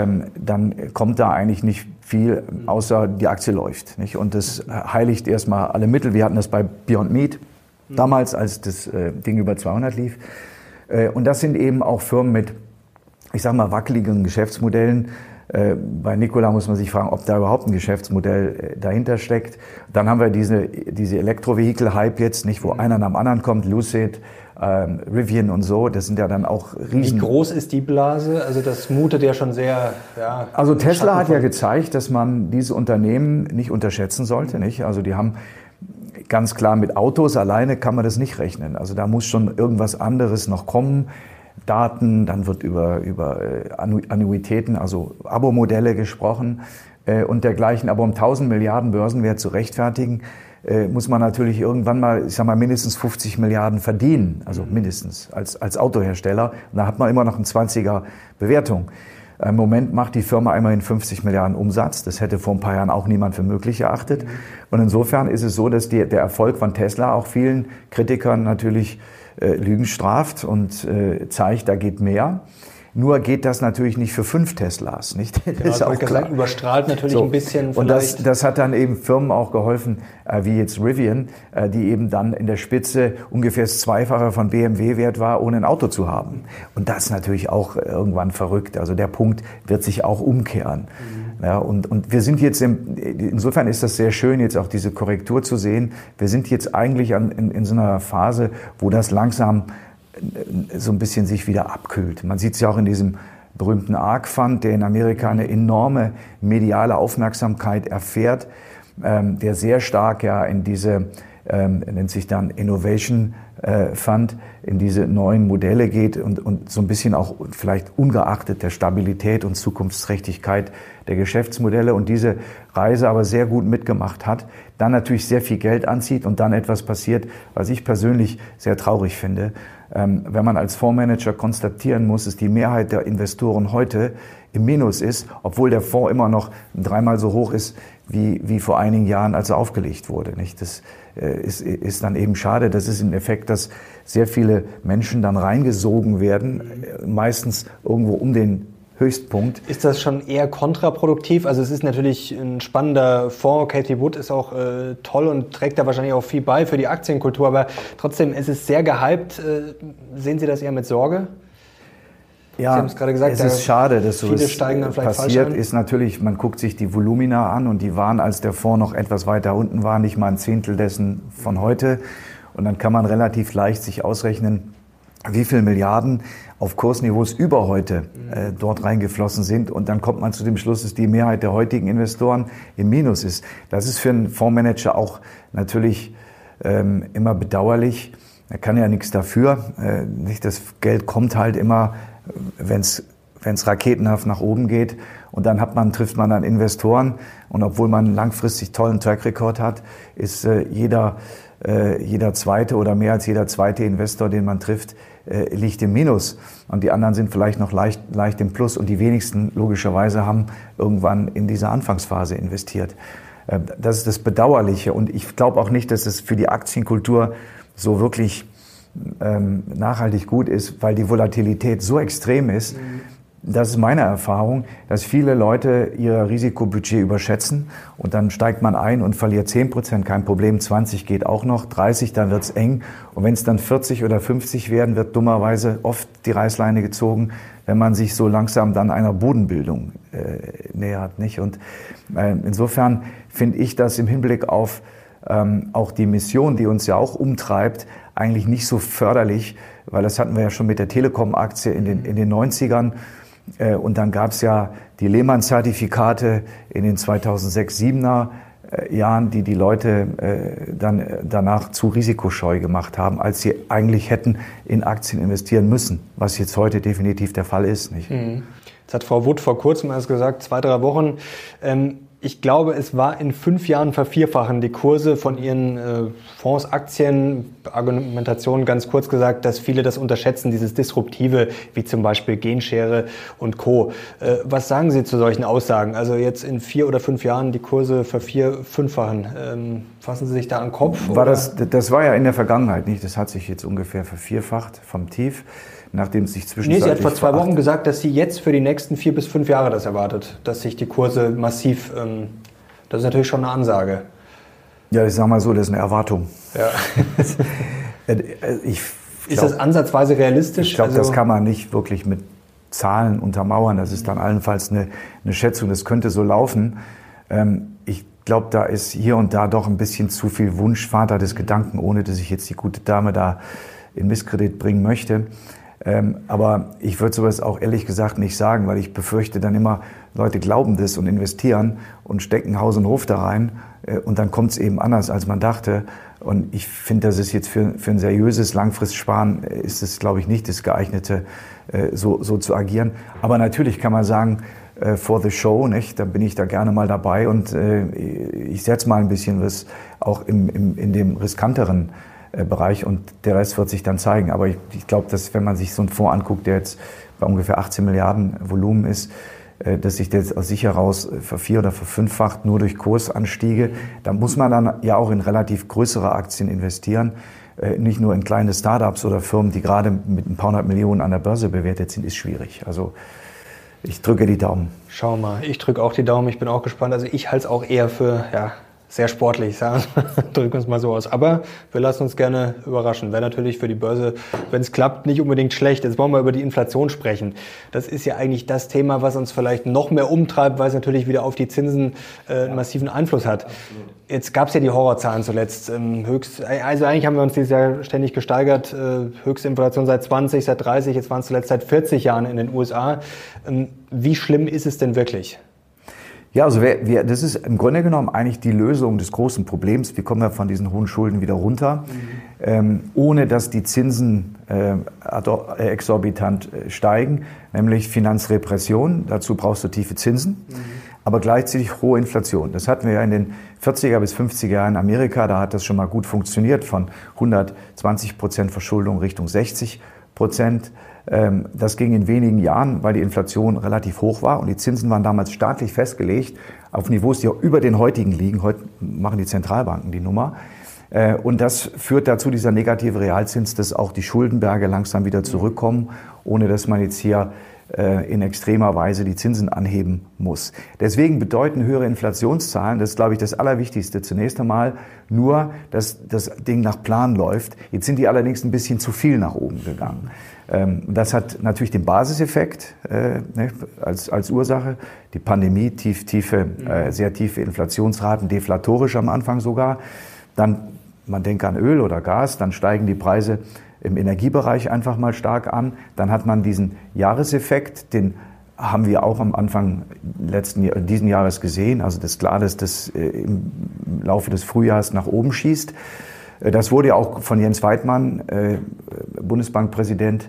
dann kommt da eigentlich nicht viel, außer die Aktie läuft. Nicht? Und das heiligt erstmal alle Mittel. Wir hatten das bei Beyond Meat damals, als das Ding über 200 lief. Und das sind eben auch Firmen mit, ich sag mal, wackeligen Geschäftsmodellen. Bei Nikola muss man sich fragen, ob da überhaupt ein Geschäftsmodell dahinter steckt. Dann haben wir diese Elektrovehikel-Hype jetzt, nicht, wo einer nach dem anderen kommt, Lucid, Rivian und so, das sind ja dann auch riesen... Wie groß ist die Blase? Also das mutet ja schon sehr... Ja, also Tesla hat ja gezeigt, dass man diese Unternehmen nicht unterschätzen sollte. Nicht? Also die haben ganz klar mit Autos alleine kann man das nicht rechnen. Also da muss schon irgendwas anderes noch kommen. Daten, dann wird über Annuitäten, also Abo-Modelle gesprochen und dergleichen. Aber um 1000 Milliarden Börsenwert zu rechtfertigen, muss man natürlich irgendwann mal, ich sag mal, mindestens 50 Milliarden verdienen. Also mindestens als Autohersteller. Und da hat man immer noch eine 20er Bewertung. Im Moment macht die Firma immerhin 50 Milliarden Umsatz. Das hätte vor ein paar Jahren auch niemand für möglich erachtet. Und insofern ist es so, dass der Erfolg von Tesla auch vielen Kritikern natürlich Lügen straft und zeigt, da geht mehr. Nur geht das natürlich nicht für 5 Teslas. Nicht? Das genau, ist auch klar. Überstrahlt natürlich so ein bisschen. Und das hat dann eben Firmen auch geholfen, wie jetzt Rivian, die eben dann in der Spitze ungefähr das Zweifache von BMW wert war, ohne ein Auto zu haben. Und das ist natürlich auch irgendwann verrückt. Also der Punkt wird sich auch umkehren. Ja, und wir sind jetzt, insofern ist das sehr schön, jetzt auch diese Korrektur zu sehen. Wir sind jetzt eigentlich in so einer Phase, wo das langsam so ein bisschen sich wieder abkühlt. Man sieht es ja auch in diesem berühmten ARK Fund, der in Amerika eine enorme mediale Aufmerksamkeit erfährt, der sehr stark ja in diese, nennt sich dann Innovation Fund, in diese neuen Modelle geht und so ein bisschen auch vielleicht ungeachtet der Stabilität und Zukunftsträchtigkeit der Geschäftsmodelle und diese Reise aber sehr gut mitgemacht hat, dann natürlich sehr viel Geld anzieht und dann etwas passiert, was ich persönlich sehr traurig finde. Wenn man als Fondsmanager konstatieren muss, dass die Mehrheit der Investoren heute im Minus ist, obwohl der Fonds immer noch 3-mal so hoch ist wie vor einigen Jahren, als er aufgelegt wurde. Nicht? Das ist dann eben schade. Das ist ein Effekt, dass sehr viele Menschen dann reingesogen werden, meistens irgendwo um den Höchstpunkt. Ist das schon eher kontraproduktiv? Also es ist natürlich ein spannender Fonds. Cathie Wood ist auch toll und trägt da wahrscheinlich auch viel bei für die Aktienkultur. Aber trotzdem, es ist sehr gehypt. Sehen Sie das eher mit Sorge? Ja, Sie haben es gerade gesagt, es ist schade, dass so was passiert ist. Natürlich, man guckt sich die Volumina an und die waren, als der Fonds noch etwas weiter unten war, nicht mal ein Zehntel dessen von heute. Und dann kann man relativ leicht sich ausrechnen, wie viel Milliarden auf Kursniveaus über heute dort reingeflossen sind. Und dann kommt man zu dem Schluss, dass die Mehrheit der heutigen Investoren im Minus ist. Das ist für einen Fondsmanager auch natürlich immer bedauerlich. Er kann ja nichts dafür. Das Geld kommt halt immer, wenn es raketenhaft nach oben geht. Und dann trifft man dann Investoren. Und obwohl man einen langfristig tollen Track Record hat, ist jeder zweite oder mehr als jeder zweite Investor, den man trifft, liegt im Minus. Und die anderen sind vielleicht noch leicht im Plus. Und die wenigsten, logischerweise, haben irgendwann in dieser Anfangsphase investiert. Das ist das Bedauerliche. Und ich glaube auch nicht, dass es für die Aktienkultur so wirklich nachhaltig gut ist, weil die Volatilität so extrem ist. Das ist meine Erfahrung, dass viele Leute ihr Risikobudget überschätzen und dann steigt man ein und verliert 10%, kein Problem, 20 geht auch noch, 30, dann wird's eng und wenn es dann 40 oder 50 werden, wird dummerweise oft die Reißleine gezogen, wenn man sich so langsam dann einer Bodenbildung nähert, nicht? Und insofern finde ich das im Hinblick auf auch die Mission, die uns ja auch umtreibt, eigentlich nicht so förderlich, weil das hatten wir ja schon mit der Telekom-Aktie in den 90ern. Und dann gab es ja die Lehman-Zertifikate in den 2006-2007er Jahren, die Leute dann danach zu risikoscheu gemacht haben, als sie eigentlich hätten in Aktien investieren müssen, was jetzt heute definitiv der Fall ist, nicht? Das hat Frau Wood vor kurzem erst gesagt, 2-3 Wochen. Ich glaube, es war in 5 Jahren vervierfachen die Kurse von ihren Fonds, Aktien, Argumentation ganz kurz gesagt, dass viele das unterschätzen, dieses Disruptive, wie zum Beispiel Genschere und Co. Was sagen Sie zu solchen Aussagen? Also jetzt in 4 oder 5 Jahren die Kurse fünffachen. Fassen Sie sich da an den Kopf? Das war ja in der Vergangenheit nicht. Das hat sich jetzt ungefähr vervierfacht vom Tief. Nachdem es sich zwischenzeitlich... Nee, sie hat vor 2 Wochen gesagt, dass sie jetzt für die nächsten 4 bis 5 Jahre das erwartet, dass sich die Kurse massiv, das ist natürlich schon eine Ansage. Ja, ich sag mal so, das ist eine Erwartung. Ja. Ist das ansatzweise realistisch? Ich glaube, das kann man nicht wirklich mit Zahlen untermauern. Das ist dann allenfalls eine Schätzung, das könnte so laufen. Ich glaube, da ist hier und da doch ein bisschen zu viel Wunschvater des Gedanken, ohne dass ich jetzt die gute Dame da in Misskredit bringen möchte. Aber ich würde sowas auch ehrlich gesagt nicht sagen, weil ich befürchte dann immer, Leute glauben das und investieren und stecken Haus und Hof da rein und dann kommt es eben anders, als man dachte. Und ich finde, das ist jetzt für ein seriöses Langfristsparen, ist es, glaube ich, nicht das geeignete, so zu agieren. Aber natürlich kann man sagen, for the show, nicht? Da bin ich da gerne mal dabei und ich setze mal ein bisschen was auch in dem riskanteren Bereich und der Rest wird sich dann zeigen. Aber ich glaube, dass wenn man sich so einen Fonds anguckt, der jetzt bei ungefähr 18 Milliarden Volumen ist, dass sich der jetzt aus sich heraus vervier- oder verfünffacht nur durch Kursanstiege, da muss man dann ja auch in relativ größere Aktien investieren. Nicht nur in kleine Startups oder Firmen, die gerade mit ein paar hundert Millionen an der Börse bewertet sind, ist schwierig. Also ich drücke die Daumen. Schauen wir mal. Ich drücke auch die Daumen. Ich bin auch gespannt. Also ich halte es auch eher für, sehr sportlich, sagen. Drücken wir es mal so aus. Aber wir lassen uns gerne überraschen. Wäre natürlich für die Börse, wenn es klappt, nicht unbedingt schlecht. Jetzt wollen wir über die Inflation sprechen. Das ist ja eigentlich das Thema, was uns vielleicht noch mehr umtreibt, weil es natürlich wieder auf die Zinsen einen massiven Einfluss hat. Absolut. Jetzt gab es ja die Horrorzahlen zuletzt. Also eigentlich haben wir uns dieses Jahr ständig gesteigert. Höchste Inflation seit 20, seit 30, jetzt waren es zuletzt seit 40 Jahren in den USA. Wie schlimm ist es denn wirklich? Ja, also das ist im Grunde genommen eigentlich die Lösung des großen Problems. Wie kommen wir von diesen hohen Schulden wieder runter, ohne dass die Zinsen exorbitant steigen, nämlich Finanzrepression. Dazu brauchst du tiefe Zinsen, aber gleichzeitig hohe Inflation. Das hatten wir ja in den 40er bis 50er Jahren in Amerika. Da hat das schon mal gut funktioniert, von 120% Verschuldung Richtung 60%. Das ging in wenigen Jahren, weil die Inflation relativ hoch war und die Zinsen waren damals staatlich festgelegt auf Niveaus, die auch über den heutigen liegen. Heute machen die Zentralbanken die Nummer. Und das führt dazu, dieser negative Realzins, dass auch die Schuldenberge langsam wieder zurückkommen, ohne dass man jetzt hier in extremer Weise die Zinsen anheben muss. Deswegen bedeuten höhere Inflationszahlen, das ist, glaube ich, das Allerwichtigste, zunächst einmal nur, dass das Ding nach Plan läuft. Jetzt sind die allerdings ein bisschen zu viel nach oben gegangen. Das hat natürlich den Basiseffekt als Ursache. Die Pandemie, sehr tiefe Inflationsraten, deflatorisch am Anfang sogar. Dann, man denkt an Öl oder Gas, dann steigen die Preise im Energiebereich einfach mal stark an. Dann hat man diesen Jahreseffekt, den haben wir auch am Anfang diesen Jahres gesehen. Also das ist klar, dass das im Laufe des Frühjahrs nach oben schießt. Das wurde ja auch von Jens Weidmann, Bundesbankpräsident,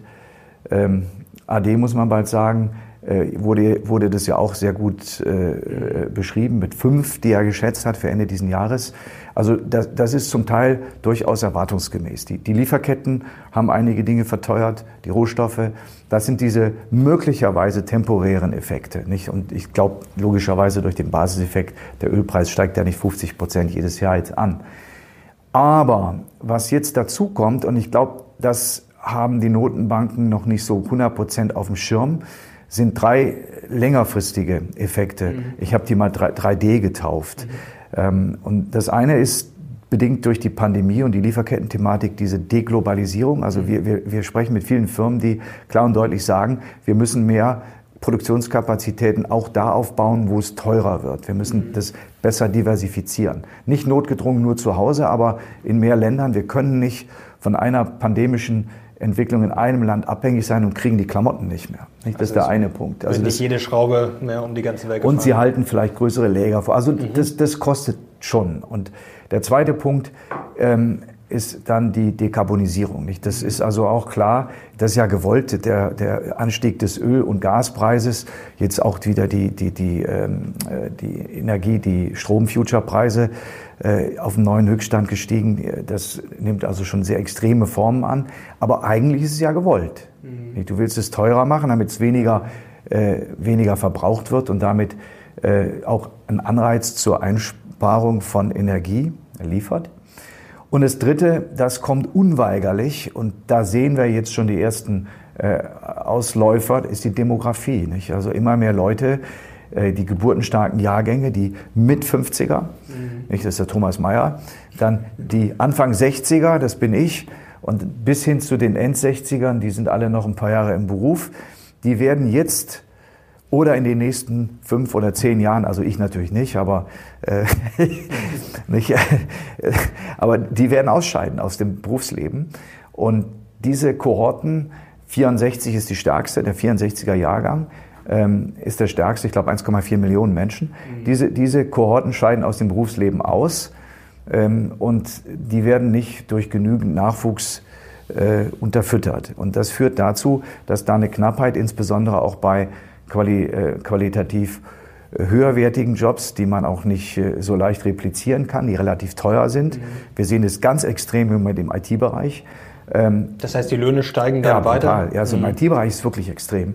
AD muss man bald sagen, wurde das ja auch sehr gut beschrieben mit 5, die er geschätzt hat für Ende diesen Jahres. Also das ist zum Teil durchaus erwartungsgemäß. Die Lieferketten haben einige Dinge verteuert, die Rohstoffe. Das sind diese möglicherweise temporären Effekte, nicht? Und ich glaube, logischerweise durch den Basiseffekt, der Ölpreis steigt ja nicht 50% jedes Jahr jetzt an. Aber was jetzt dazu kommt, und ich glaube, das haben die Notenbanken noch nicht so 100% auf dem Schirm, sind 3 längerfristige Effekte. Ich habe die mal 3D getauft. Und das eine ist bedingt durch die Pandemie und die Lieferketten-Thematik diese Deglobalisierung. Also wir sprechen mit vielen Firmen, die klar und deutlich sagen, wir müssen mehr Produktionskapazitäten auch da aufbauen, wo es teurer wird. Wir müssen das besser diversifizieren. Nicht notgedrungen nur zu Hause, aber in mehr Ländern. Wir können nicht von einer pandemischen Entwicklung in einem Land abhängig sein und kriegen die Klamotten nicht mehr. Das ist der eine Punkt. Also nicht jede Schraube mehr um die ganze Welt gefahren. Und sie halten vielleicht größere Läger vor. Also das kostet schon. Und der zweite Punkt, ist dann die Dekarbonisierung. Nicht? Das ist also auch klar, das ist ja gewollt, der Anstieg des Öl- und Gaspreises, jetzt auch wieder die Energie, die Strom-Future-Preise auf einen neuen Höchststand gestiegen. Das nimmt also schon sehr extreme Formen an. Aber eigentlich ist es ja gewollt. Mhm. Du willst es teurer machen, damit es weniger verbraucht wird und damit auch einen Anreiz zur Einsparung von Energie liefert. Und das Dritte, das kommt unweigerlich, und da sehen wir jetzt schon die ersten Ausläufer, ist die Demografie. Nicht? Also immer mehr Leute, die geburtenstarken Jahrgänge, die Mit-50er, nicht, das ist der Thomas Mayer, dann die Anfang 60er, das bin ich, und bis hin zu den End-60ern, die sind alle noch ein paar Jahre im Beruf, die werden jetzt oder in den nächsten 5 oder 10 Jahren, also ich natürlich nicht, aber aber die werden ausscheiden aus dem Berufsleben. Und diese Kohorten, 64 ist die stärkste, der 64er Jahrgang ist der stärkste, ich glaube 1,4 Millionen Menschen. Diese Kohorten scheiden aus dem Berufsleben aus und die werden nicht durch genügend Nachwuchs unterfüttert. Und das führt dazu, dass da eine Knappheit, insbesondere auch bei qualitativ höherwertigen Jobs, die man auch nicht so leicht replizieren kann, die relativ teuer sind. Wir sehen es ganz extrem mit dem IT-Bereich. Das heißt, die Löhne steigen dann weiter? Total. Ja, also im IT-Bereich ist es wirklich extrem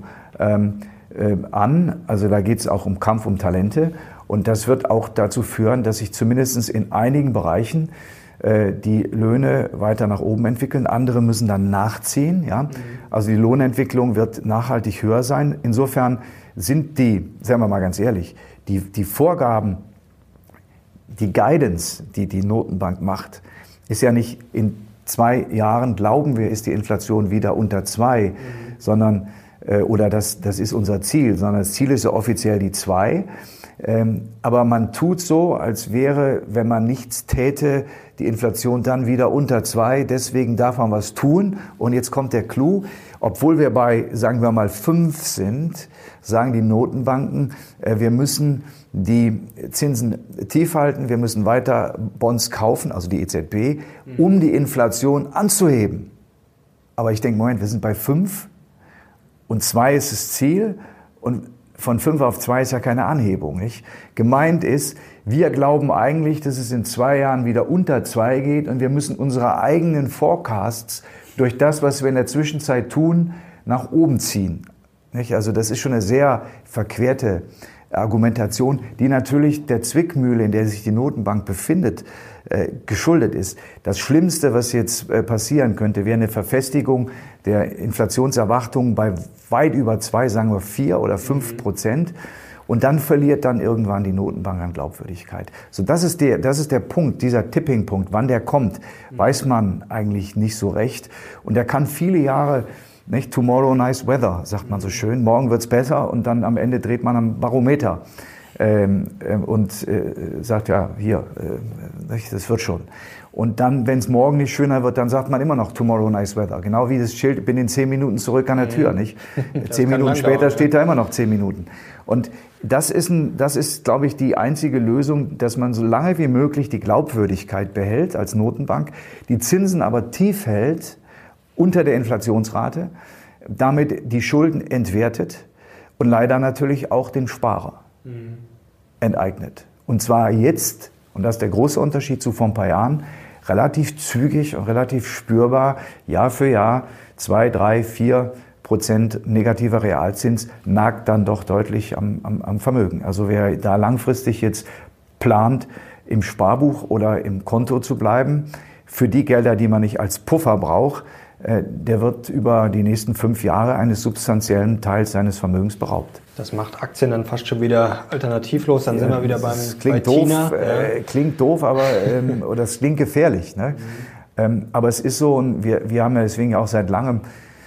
an. Also da geht es auch um Kampf um Talente. Und das wird auch dazu führen, dass sich zumindest in einigen Bereichen die Löhne weiter nach oben entwickeln. Andere müssen dann nachziehen. Ja? Also die Lohnentwicklung wird nachhaltig höher sein. Insofern sind sagen wir mal ganz ehrlich, die Vorgaben, die Guidance, die die Notenbank macht, ist ja nicht in 2 Jahren, glauben wir, ist die Inflation wieder unter 2, sondern, oder das ist unser Ziel, sondern das Ziel ist ja offiziell die 2. Aber man tut so, als wäre, wenn man nichts täte, die Inflation dann wieder unter 2. Deswegen darf man was tun. Und jetzt kommt der Clou. Obwohl wir bei, sagen wir mal, 5 sind, sagen die Notenbanken, wir müssen die Zinsen tief halten, wir müssen weiter Bonds kaufen, also die EZB, um die Inflation anzuheben. Aber ich denke, Moment, wir sind bei 5 und 2 ist das Ziel und von 5 auf 2 ist ja keine Anhebung. Nicht? Gemeint ist, wir glauben eigentlich, dass es in 2 Jahren wieder unter 2 geht und wir müssen unsere eigenen Forecasts durch das, was wir in der Zwischenzeit tun, nach oben ziehen. Nicht? Also das ist schon eine sehr verquerte Argumentation, die natürlich der Zwickmühle, in der sich die Notenbank befindet, geschuldet ist. Das Schlimmste, was jetzt passieren könnte, wäre eine Verfestigung der Inflationserwartungen bei weit über 2, sagen wir 4 oder 5%. Und dann verliert dann irgendwann die Notenbank an Glaubwürdigkeit. So, das ist der Punkt, dieser Tipping-Punkt. Wann der kommt, weiß man eigentlich nicht so recht. Und der kann viele Jahre, nicht? Tomorrow nice weather, sagt man so schön. Morgen wird's besser und dann am Ende dreht man am Barometer und sagt, ja, hier, das wird schon. Und dann, wenn es morgen nicht schöner wird, dann sagt man immer noch tomorrow nice weather. Genau wie das Schild, bin in 10 Minuten zurück an der Tür, nicht? 10 Minuten später steht da immer noch 10 Minuten. Und das ist, glaube ich, die einzige Lösung, dass man so lange wie möglich die Glaubwürdigkeit behält als Notenbank, die Zinsen aber tief hält, unter der Inflationsrate, damit die Schulden entwertet und leider natürlich auch den Sparer enteignet. Und zwar jetzt, und das ist der große Unterschied zu vor ein paar Jahren, relativ zügig und relativ spürbar, Jahr für Jahr, 2, 3, 4% negativer Realzins nagt dann doch deutlich am Vermögen. Also wer da langfristig jetzt plant, im Sparbuch oder im Konto zu bleiben, für die Gelder, die man nicht als Puffer braucht, der wird über die nächsten 5 Jahre eines substanziellen Teils seines Vermögens beraubt. Das macht Aktien dann fast schon wieder alternativlos, dann sind wir wieder bei Tina. Klingt doof, aber oder es klingt gefährlich. Ne? Aber es ist so, und wir haben ja deswegen auch seit langem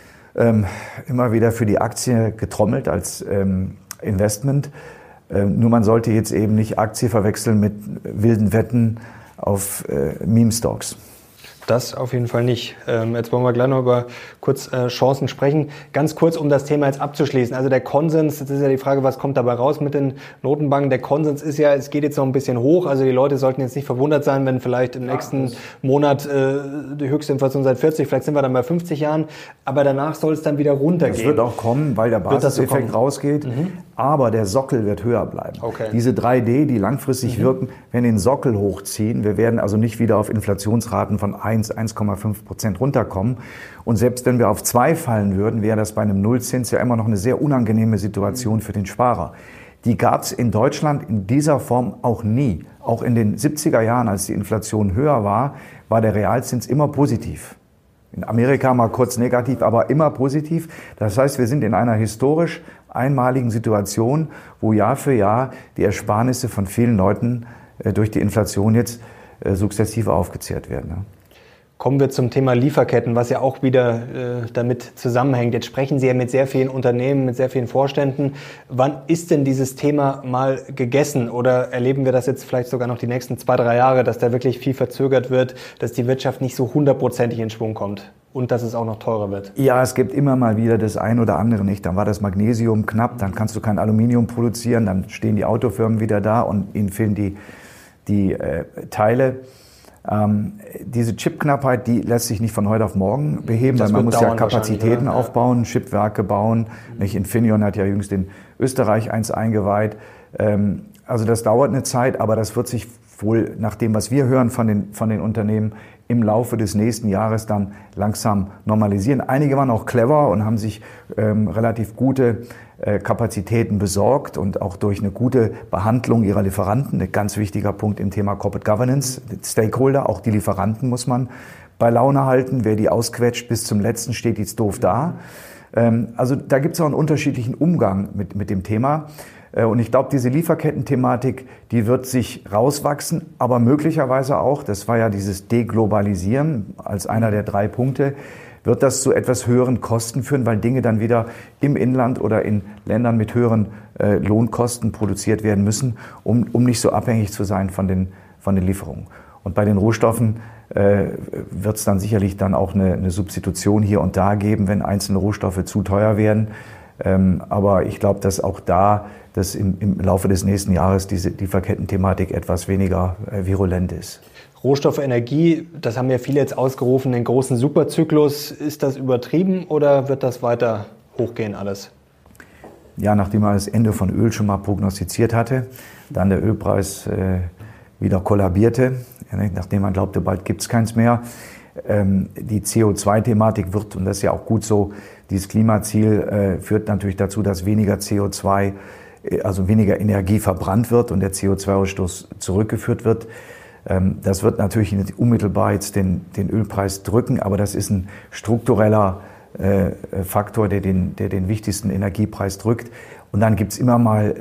immer wieder für die Aktie getrommelt als Investment. Nur man sollte jetzt eben nicht Aktie verwechseln mit wilden Wetten auf Meme-Stocks. Das auf jeden Fall nicht. Jetzt wollen wir gleich noch über kurz Chancen sprechen. Ganz kurz, um das Thema jetzt abzuschließen. Also der Konsens, jetzt ist ja die Frage, was kommt dabei raus mit den Notenbanken? Der Konsens ist ja, es geht jetzt noch ein bisschen hoch. Also die Leute sollten jetzt nicht verwundert sein, wenn vielleicht im nächsten Monat die höchste Inflation seit 40, vielleicht sind wir dann bei 50 Jahren. Aber danach soll es dann wieder runtergehen. Das wird auch kommen, weil der Basiseffekt rausgeht. Aber der Sockel wird höher bleiben. Okay. Diese 3D, die langfristig wirken, werden den Sockel hochziehen. Wir werden also nicht wieder auf Inflationsraten von 1,5% runterkommen. Und selbst wenn wir auf 2 fallen würden, wäre das bei einem Nullzins ja immer noch eine sehr unangenehme Situation für den Sparer. Die gab es in Deutschland in dieser Form auch nie. Auch in den 70er Jahren, als die Inflation höher war, war der Realzins immer positiv. In Amerika mal kurz negativ, aber immer positiv. Das heißt, wir sind in einer historisch einmaligen Situation, wo Jahr für Jahr die Ersparnisse von vielen Leuten durch die Inflation jetzt sukzessive aufgezehrt werden. Kommen wir zum Thema Lieferketten, was ja auch wieder damit zusammenhängt. Jetzt sprechen Sie ja mit sehr vielen Unternehmen, mit sehr vielen Vorständen. Wann ist denn dieses Thema mal gegessen? Oder erleben wir das jetzt vielleicht sogar noch die nächsten 2-3 Jahre, dass da wirklich viel verzögert wird, dass die Wirtschaft nicht so 100%ig in Schwung kommt? Und dass es auch noch teurer wird. Ja, es gibt immer mal wieder das ein oder andere nicht. Dann war das Magnesium knapp, dann kannst du kein Aluminium produzieren, dann stehen die Autofirmen wieder da und ihnen fehlen die Teile. Diese Chipknappheit, die lässt sich nicht von heute auf morgen beheben, weil man muss ja Kapazitäten aufbauen, Chipwerke bauen. Infineon hat ja jüngst in Österreich eins eingeweiht. Also das dauert eine Zeit, aber das wird sich wohl nach dem, was wir hören von den Unternehmen, im Laufe des nächsten Jahres dann langsam normalisieren. Einige waren auch clever und haben sich relativ gute Kapazitäten besorgt und auch durch eine gute Behandlung ihrer Lieferanten, ein ganz wichtiger Punkt im Thema Corporate Governance, Stakeholder, auch die Lieferanten muss man bei Laune halten. Wer die ausquetscht bis zum Letzten, steht jetzt doof da. Also da gibt es auch einen unterschiedlichen Umgang mit dem Thema. Und ich glaube, diese Lieferketten-Thematik, die wird sich rauswachsen, aber möglicherweise auch, das war ja dieses Deglobalisieren als einer der 3 Punkte, wird das zu etwas höheren Kosten führen, weil Dinge dann wieder im Inland oder in Ländern mit höheren Lohnkosten produziert werden müssen, um nicht so abhängig zu sein von den Lieferungen. Und bei den Rohstoffen wird es dann sicherlich dann auch eine Substitution hier und da geben, wenn einzelne Rohstoffe zu teuer werden. Aber ich glaube, dass auch da dass im Laufe des nächsten Jahres diese Lieferketten-Thematik etwas weniger virulent ist. Rohstoffe, Energie, das haben ja viele jetzt ausgerufen, den großen Superzyklus. Ist das übertrieben oder wird das weiter hochgehen alles? Ja, nachdem man das Ende von Öl schon mal prognostiziert hatte, dann der Ölpreis wieder kollabierte, nachdem man glaubte, bald gibt es keins mehr. Die CO2-Thematik wird, und das ist ja auch gut so, dieses Klimaziel führt natürlich dazu, dass weniger CO2, also weniger Energie verbrannt wird und der CO2-Ausstoß zurückgeführt wird. Das wird natürlich unmittelbar jetzt den Ölpreis drücken, aber das ist ein struktureller Faktor, der den wichtigsten Energiepreis drückt. Und dann gibt's immer mal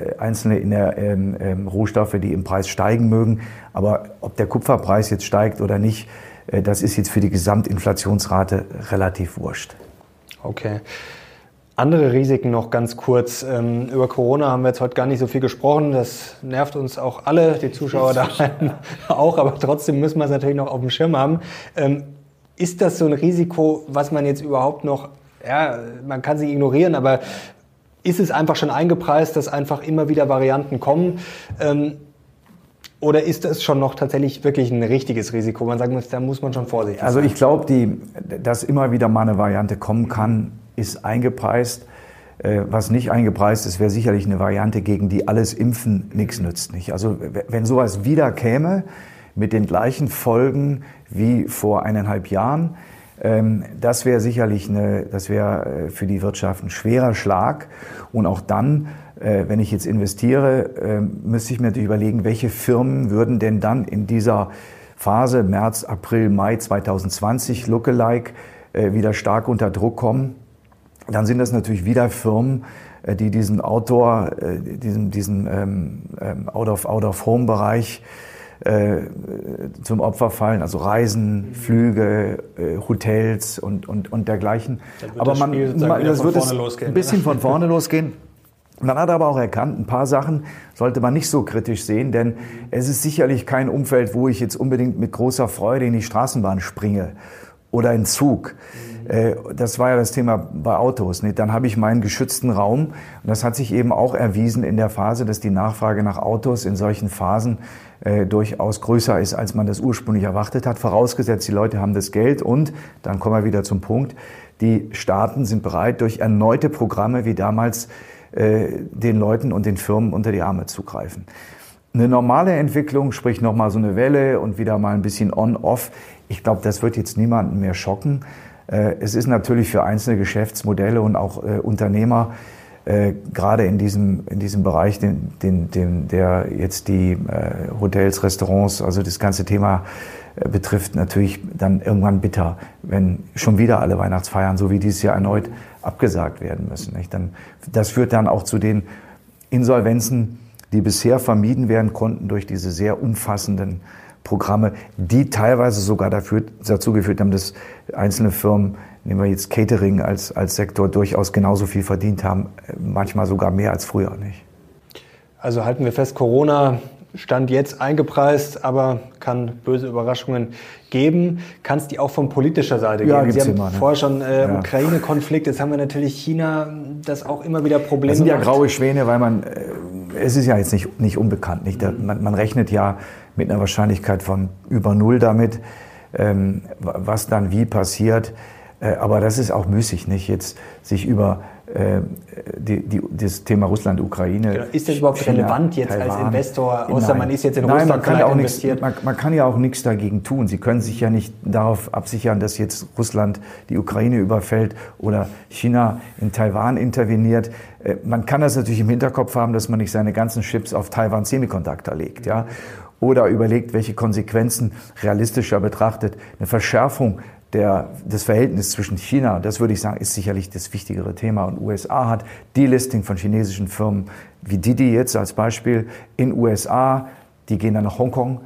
einzelne Rohstoffe, die im Preis steigen mögen. Aber ob der Kupferpreis jetzt steigt oder nicht, das ist jetzt für die Gesamtinflationsrate relativ wurscht. Okay. Andere Risiken noch ganz kurz. Über Corona haben wir jetzt heute gar nicht so viel gesprochen. Das nervt uns auch alle, die Zuschauer da auch. Aber trotzdem müssen wir es natürlich noch auf dem Schirm haben. Ist das so ein Risiko, was man jetzt überhaupt noch, ja, man kann sie ignorieren, aber ist es einfach schon eingepreist, dass einfach immer wieder Varianten kommen? Oder ist das schon noch tatsächlich wirklich ein richtiges Risiko? Man sagen muss, da muss man schon vorsichtig sein. Also ich glaube, dass immer wieder mal eine Variante kommen kann, ist eingepreist. Was nicht eingepreist ist, wäre sicherlich eine Variante, gegen die alles Impfen nichts nützt. Nicht? Also wenn sowas wieder käme, mit den gleichen Folgen wie vor 1,5 Jahren, das wäre sicherlich für die Wirtschaft ein schwerer Schlag. Und auch dann, wenn ich jetzt investiere, müsste ich mir natürlich überlegen, welche Firmen würden denn dann in dieser Phase März, April, Mai 2020 Lookalike wieder stark unter Druck kommen. Dann sind das natürlich wieder Firmen, die diesen Out-of-Home-Bereich zum Opfer fallen, also Reisen, Flüge, Hotels und dergleichen. Aber das wird ein bisschen von vorne losgehen. Und dann hat er aber auch erkannt, ein paar Sachen sollte man nicht so kritisch sehen, denn es ist sicherlich kein Umfeld, wo ich jetzt unbedingt mit großer Freude in die Straßenbahn springe oder in Zug. Das war ja das Thema bei Autos. Dann habe ich meinen geschützten Raum. Und das hat sich eben auch erwiesen in der Phase, dass die Nachfrage nach Autos in solchen Phasen durchaus größer ist, als man das ursprünglich erwartet hat. Vorausgesetzt, die Leute haben das Geld. Und, dann kommen wir wieder zum Punkt, die Staaten sind bereit, durch erneute Programme wie damals den Leuten und den Firmen unter die Arme zu greifen. Eine normale Entwicklung, sprich nochmal so eine Welle und wieder mal ein bisschen on-off, ich glaube, das wird jetzt niemanden mehr schocken. Es ist natürlich für einzelne Geschäftsmodelle und auch Unternehmer, gerade in diesem Bereich, der jetzt die Hotels, Restaurants, also das ganze Thema betrifft, natürlich dann irgendwann bitter, wenn schon wieder alle Weihnachtsfeiern, so wie dieses Jahr erneut, abgesagt werden müssen. Das führt dann auch zu den Insolvenzen, die bisher vermieden werden konnten durch diese sehr umfassenden Programme, die teilweise sogar dazu geführt haben, dass einzelne Firmen, nehmen wir jetzt Catering als Sektor, durchaus genauso viel verdient haben, manchmal sogar mehr als früher, nicht? Also halten wir fest, Corona stand jetzt eingepreist, aber kann böse Überraschungen geben. Kann es die auch von politischer Seite geben? Ja, Sie haben immer, ne? vorher schon Ukraine-Konflikt, jetzt haben wir natürlich China, das auch immer wieder Probleme Das sind ja macht. graue Schwäne, weil es ist ja jetzt nicht unbekannt. Nicht? Man rechnet ja mit einer Wahrscheinlichkeit von über 0 damit, was dann wie passiert. Aber das ist auch müßig, nicht jetzt sich über das Thema Russland-Ukraine. Genau. Ist das überhaupt China, relevant jetzt Taiwan, als Investor, außer man ist jetzt in Russland man kann ja auch investiert? Man kann ja auch nichts dagegen tun. Sie können sich ja nicht darauf absichern, dass jetzt Russland die Ukraine überfällt oder China in Taiwan interveniert. Man kann das natürlich im Hinterkopf haben, dass man nicht seine ganzen Chips auf Taiwan Semiconductor legt, ja, oder überlegt, welche Konsequenzen realistischer betrachtet eine Verschärfung des Verhältnisses zwischen China, das würde ich sagen, ist sicherlich das wichtigere Thema. Und USA hat Delisting von chinesischen Firmen wie Didi jetzt als Beispiel in USA, die gehen dann nach Hongkong,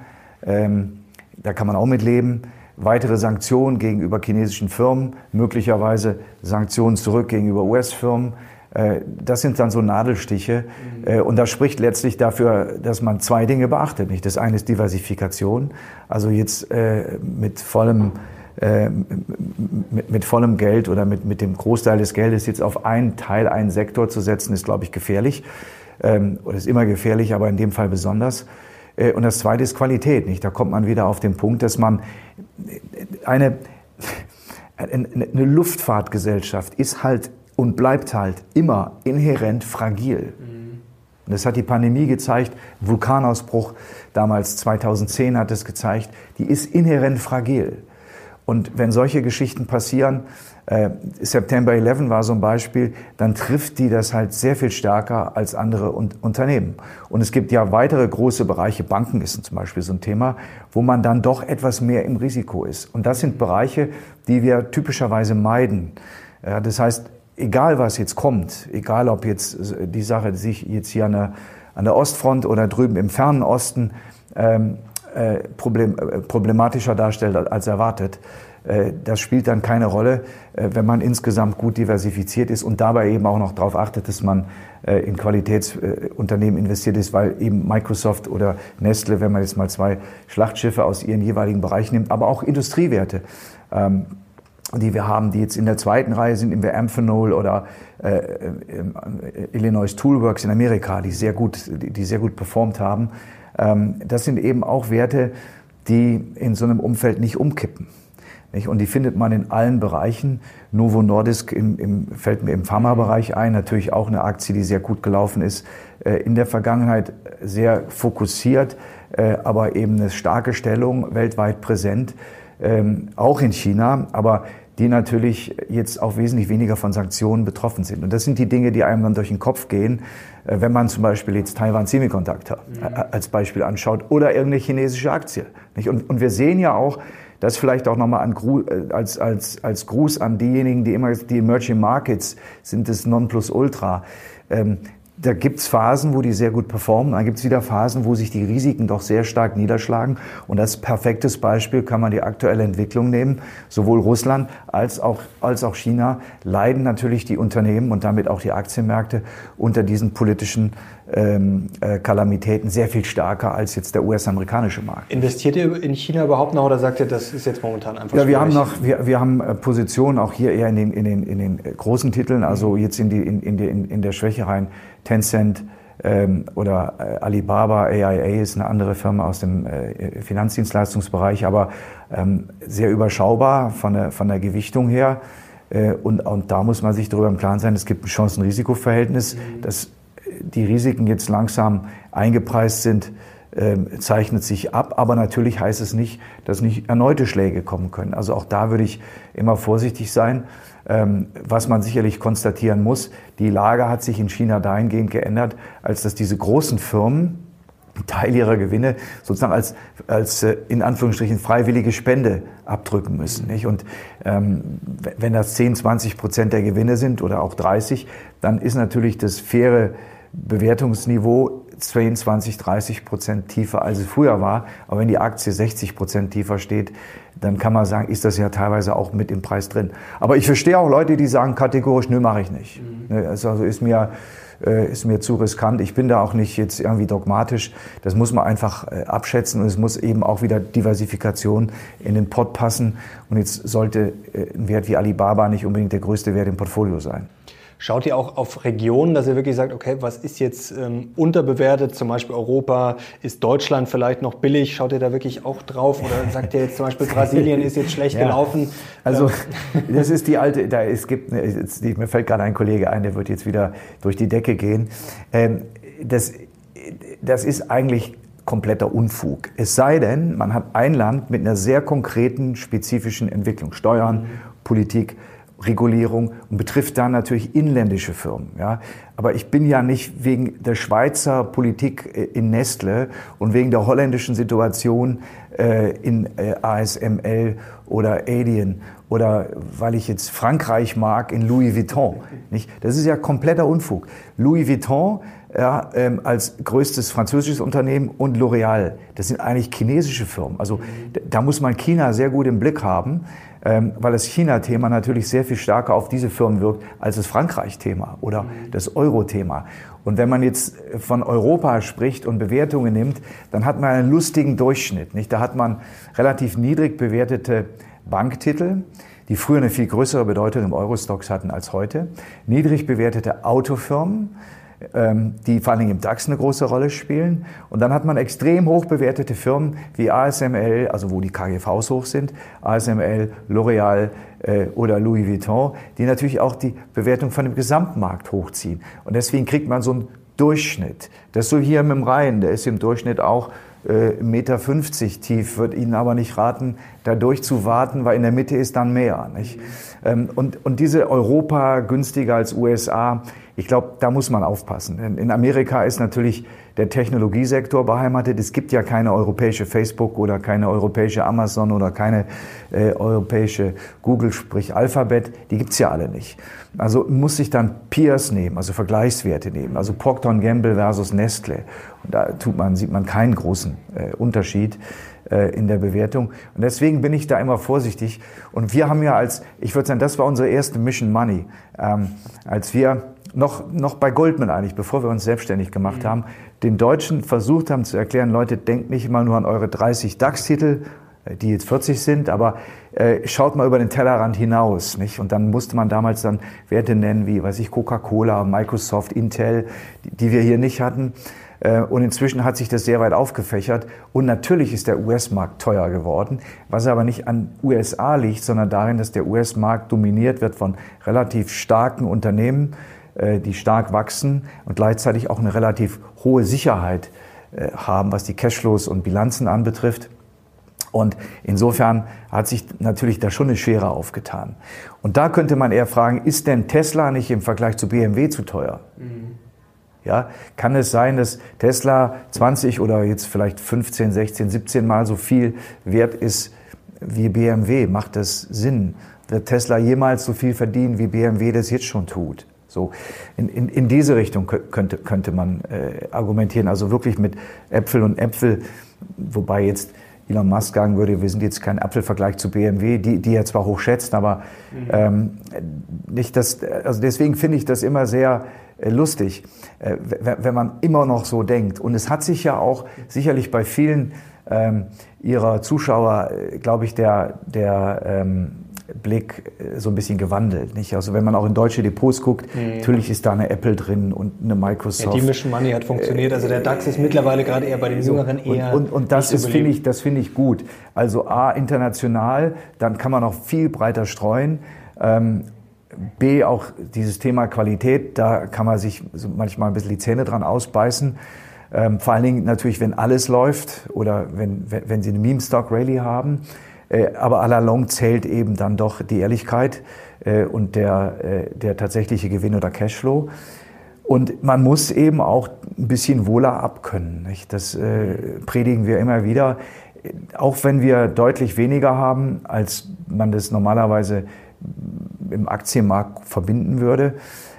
da kann man auch mit leben. Weitere Sanktionen gegenüber chinesischen Firmen, möglicherweise Sanktionen zurück gegenüber US-Firmen. Das sind dann so Nadelstiche. Und das spricht letztlich dafür, dass man 2 Dinge beachtet. Nicht? Das eine ist Diversifikation, also jetzt mit vollem Geld oder mit dem Großteil des Geldes jetzt auf einen Sektor zu setzen, ist, glaube ich, gefährlich. Oder ist immer gefährlich, aber in dem Fall besonders. Und das Zweite ist Qualität. Nicht? Da kommt man wieder auf den Punkt, dass man eine Luftfahrtgesellschaft ist halt und bleibt halt immer inhärent fragil. Und das hat die Pandemie gezeigt, Vulkanausbruch damals 2010 hat es gezeigt, die ist inhärent fragil. Und wenn solche Geschichten passieren, September 11 war so ein Beispiel, dann trifft die das halt sehr viel stärker als andere Unternehmen. Und es gibt ja weitere große Bereiche, Banken ist zum Beispiel so ein Thema, wo man dann doch etwas mehr im Risiko ist. Und das sind Bereiche, die wir typischerweise meiden. Ja, das heißt, egal was jetzt kommt, egal ob jetzt die Sache sich jetzt hier an der Ostfront oder drüben im fernen Osten problematischer darstellt als erwartet, das spielt dann keine Rolle, wenn man insgesamt gut diversifiziert ist und dabei eben auch noch darauf achtet, dass man in Qualitätsunternehmen investiert ist, weil eben Microsoft oder Nestle, wenn man jetzt mal 2 Schlachtschiffe aus ihren jeweiligen Bereichen nimmt, aber auch Industriewerte, die wir haben, die jetzt in der zweiten Reihe sind, in der Amphenol oder Illinois Toolworks in Amerika, die sehr gut performt haben. Das sind eben auch Werte, die in so einem Umfeld nicht umkippen. Nicht? Und die findet man in allen Bereichen. Novo Nordisk fällt mir im Pharmabereich ein, natürlich auch eine Aktie, die sehr gut gelaufen ist. In der Vergangenheit sehr fokussiert, aber eben eine starke Stellung, weltweit präsent, auch in China, aber die natürlich jetzt auch wesentlich weniger von Sanktionen betroffen sind. Und das sind die Dinge, die einem dann durch den Kopf gehen, wenn man zum Beispiel jetzt Taiwan Semiconductor als Beispiel anschaut oder irgendeine chinesische Aktie. Und wir sehen ja auch, das vielleicht auch nochmal als Gruß an diejenigen, die Emerging Markets sind das Nonplusultra. da gibt's Phasen, wo die sehr gut performen, dann gibt's wieder Phasen, wo sich die Risiken doch sehr stark niederschlagen. Und als perfektes Beispiel kann man die aktuelle Entwicklung nehmen. Sowohl Russland als auch China leiden natürlich die Unternehmen und damit auch die Aktienmärkte unter diesen politischen Kalamitäten sehr viel stärker als jetzt der US-amerikanische Markt. Investiert ihr in China überhaupt noch oder sagt ihr, das ist jetzt momentan einfach ja, schwierig? wir haben Positionen auch hier eher in den großen Titeln, also jetzt in der Schwäche rein. Tencent oder Alibaba, AIA ist eine andere Firma aus dem Finanzdienstleistungsbereich, aber sehr überschaubar von der Gewichtung her. Und da muss man sich darüber im Klaren sein, es gibt ein Chancen-Risiko-Verhältnis, dass die Risiken jetzt langsam eingepreist sind, zeichnet sich ab. Aber natürlich heißt es nicht, dass nicht erneute Schläge kommen können. Also auch da würde ich immer vorsichtig sein. Was man sicherlich konstatieren muss, die Lage hat sich in China dahingehend geändert, als dass diese großen Firmen Teil ihrer Gewinne sozusagen als in Anführungsstrichen freiwillige Spende abdrücken müssen. Nicht? Und wenn das 10-20% der Gewinne sind oder auch 30%, dann ist natürlich das faire Bewertungsniveau 20-30% tiefer, als es früher war. Aber wenn die Aktie 60% tiefer steht, dann kann man sagen, ist das ja teilweise auch mit im Preis drin. Aber ich verstehe auch Leute, die sagen kategorisch, nö, mache ich nicht. Also ist mir zu riskant. Ich bin da auch nicht jetzt irgendwie dogmatisch. Das muss man einfach abschätzen und es muss eben auch wieder Diversifikation in den Pot passen. Und jetzt sollte ein Wert wie Alibaba nicht unbedingt der größte Wert im Portfolio sein. Schaut ihr auch auf Regionen, dass ihr wirklich sagt, okay, was ist jetzt unterbewertet, zum Beispiel Europa, ist Deutschland vielleicht noch billig? Schaut ihr da wirklich auch drauf? Oder sagt ihr jetzt zum Beispiel, Brasilien ist jetzt schlecht gelaufen? Also das ist die alte, mir fällt gerade ein Kollege ein, der wird jetzt wieder durch die Decke gehen. Das ist eigentlich kompletter Unfug. Es sei denn, man hat ein Land mit einer sehr konkreten, spezifischen Entwicklung, Steuern, Politik, Regulierung und betrifft dann natürlich inländische Firmen. Ja. Aber ich bin ja nicht wegen der Schweizer Politik in Nestle und wegen der holländischen Situation in ASML oder Adyen oder weil ich jetzt Frankreich mag in Louis Vuitton. Nicht? Das ist ja kompletter Unfug. Louis Vuitton als größtes französisches Unternehmen und L'Oréal, das sind eigentlich chinesische Firmen. Also da muss man China sehr gut im Blick haben, weil das China-Thema natürlich sehr viel stärker auf diese Firmen wirkt als das Frankreich-Thema oder das Euro-Thema. Und wenn man jetzt von Europa spricht und Bewertungen nimmt, dann hat man einen lustigen Durchschnitt. Nicht? Da hat man relativ niedrig bewertete Banktitel, die früher eine viel größere Bedeutung im Euro-Stocks hatten als heute, niedrig bewertete Autofirmen, die vor allen Dingen im DAX eine große Rolle spielen. Und dann hat man extrem hoch bewertete Firmen wie ASML, also wo die KGVs hoch sind, ASML, L'Oréal oder Louis Vuitton, die natürlich auch die Bewertung von dem Gesamtmarkt hochziehen. Und deswegen kriegt man so einen Durchschnitt. Das ist so hier mit dem Rhein, der ist im Durchschnitt auch 1,50 Meter tief, würde Ihnen aber nicht raten, da durchzuwarten, weil in der Mitte ist dann mehr. Nicht? Und diese Europa günstiger als USA, ich glaube, da muss man aufpassen. In Amerika ist natürlich der Technologiesektor beheimatet. Es gibt ja keine europäische Facebook oder keine europäische Amazon oder keine europäische Google, sprich Alphabet. Die gibt's ja alle nicht. Also muss sich dann Peers nehmen, also Vergleichswerte nehmen. Also Procter & Gamble versus Nestle. Und da sieht man keinen großen Unterschied in der Bewertung. Und deswegen bin ich da immer vorsichtig. Und wir haben ja ich würde sagen, das war unsere erste Mission Money, als wir noch bei Goldman eigentlich, bevor wir uns selbstständig gemacht haben, den Deutschen versucht haben zu erklären, Leute, denkt nicht immer nur an eure 30 DAX-Titel, die jetzt 40 sind, aber schaut mal über den Tellerrand hinaus, nicht? Und dann musste man damals dann Werte nennen wie, Coca-Cola, Microsoft, Intel, die wir hier nicht hatten. Und inzwischen hat sich das sehr weit aufgefächert. Und natürlich ist der US-Markt teuer geworden, was aber nicht an USA liegt, sondern darin, dass der US-Markt dominiert wird von relativ starken Unternehmen, die stark wachsen und gleichzeitig auch eine relativ hohe Sicherheit haben, was die Cashflows und Bilanzen anbetrifft. Und insofern hat sich natürlich da schon eine Schere aufgetan. Und da könnte man eher fragen, ist denn Tesla nicht im Vergleich zu BMW zu teuer? Ja, kann es sein, dass Tesla 20 oder jetzt vielleicht 15, 16, 17 Mal so viel wert ist wie BMW? Macht das Sinn? Wird Tesla jemals so viel verdienen, wie BMW das jetzt schon tut? So, in diese Richtung könnte man argumentieren. Also wirklich mit Äpfel und Äpfel, wobei jetzt Elon Musk sagen würde, wir sind jetzt kein Apfelvergleich zu BMW, die er zwar hoch schätzt, aber nicht das. Also deswegen finde ich das immer sehr lustig, wenn man immer noch so denkt. Und es hat sich ja auch sicherlich bei vielen ihrer Zuschauer, glaube ich, der Blick so ein bisschen gewandelt, nicht? Also wenn man auch in deutsche Depots guckt, natürlich ist da eine Apple drin und eine Microsoft. Ja, die Mission Money hat funktioniert, also der DAX ist mittlerweile gerade eher bei den Jüngeren eher und das ist, finde ich gut. Also A, international, dann kann man auch viel breiter streuen. B, auch dieses Thema Qualität, da kann man sich so manchmal ein bisschen die Zähne dran ausbeißen. Vor allen Dingen natürlich, wenn alles läuft oder wenn Sie eine Meme-Stock-Rally haben. Aber à la longue zählt eben dann doch die Ehrlichkeit und der tatsächliche Gewinn oder Cashflow. Und man muss eben auch ein bisschen wohler abkönnen, nicht? Das predigen wir immer wieder. Auch wenn wir deutlich weniger haben, als man das normalerweise im Aktienmarkt verbinden würde.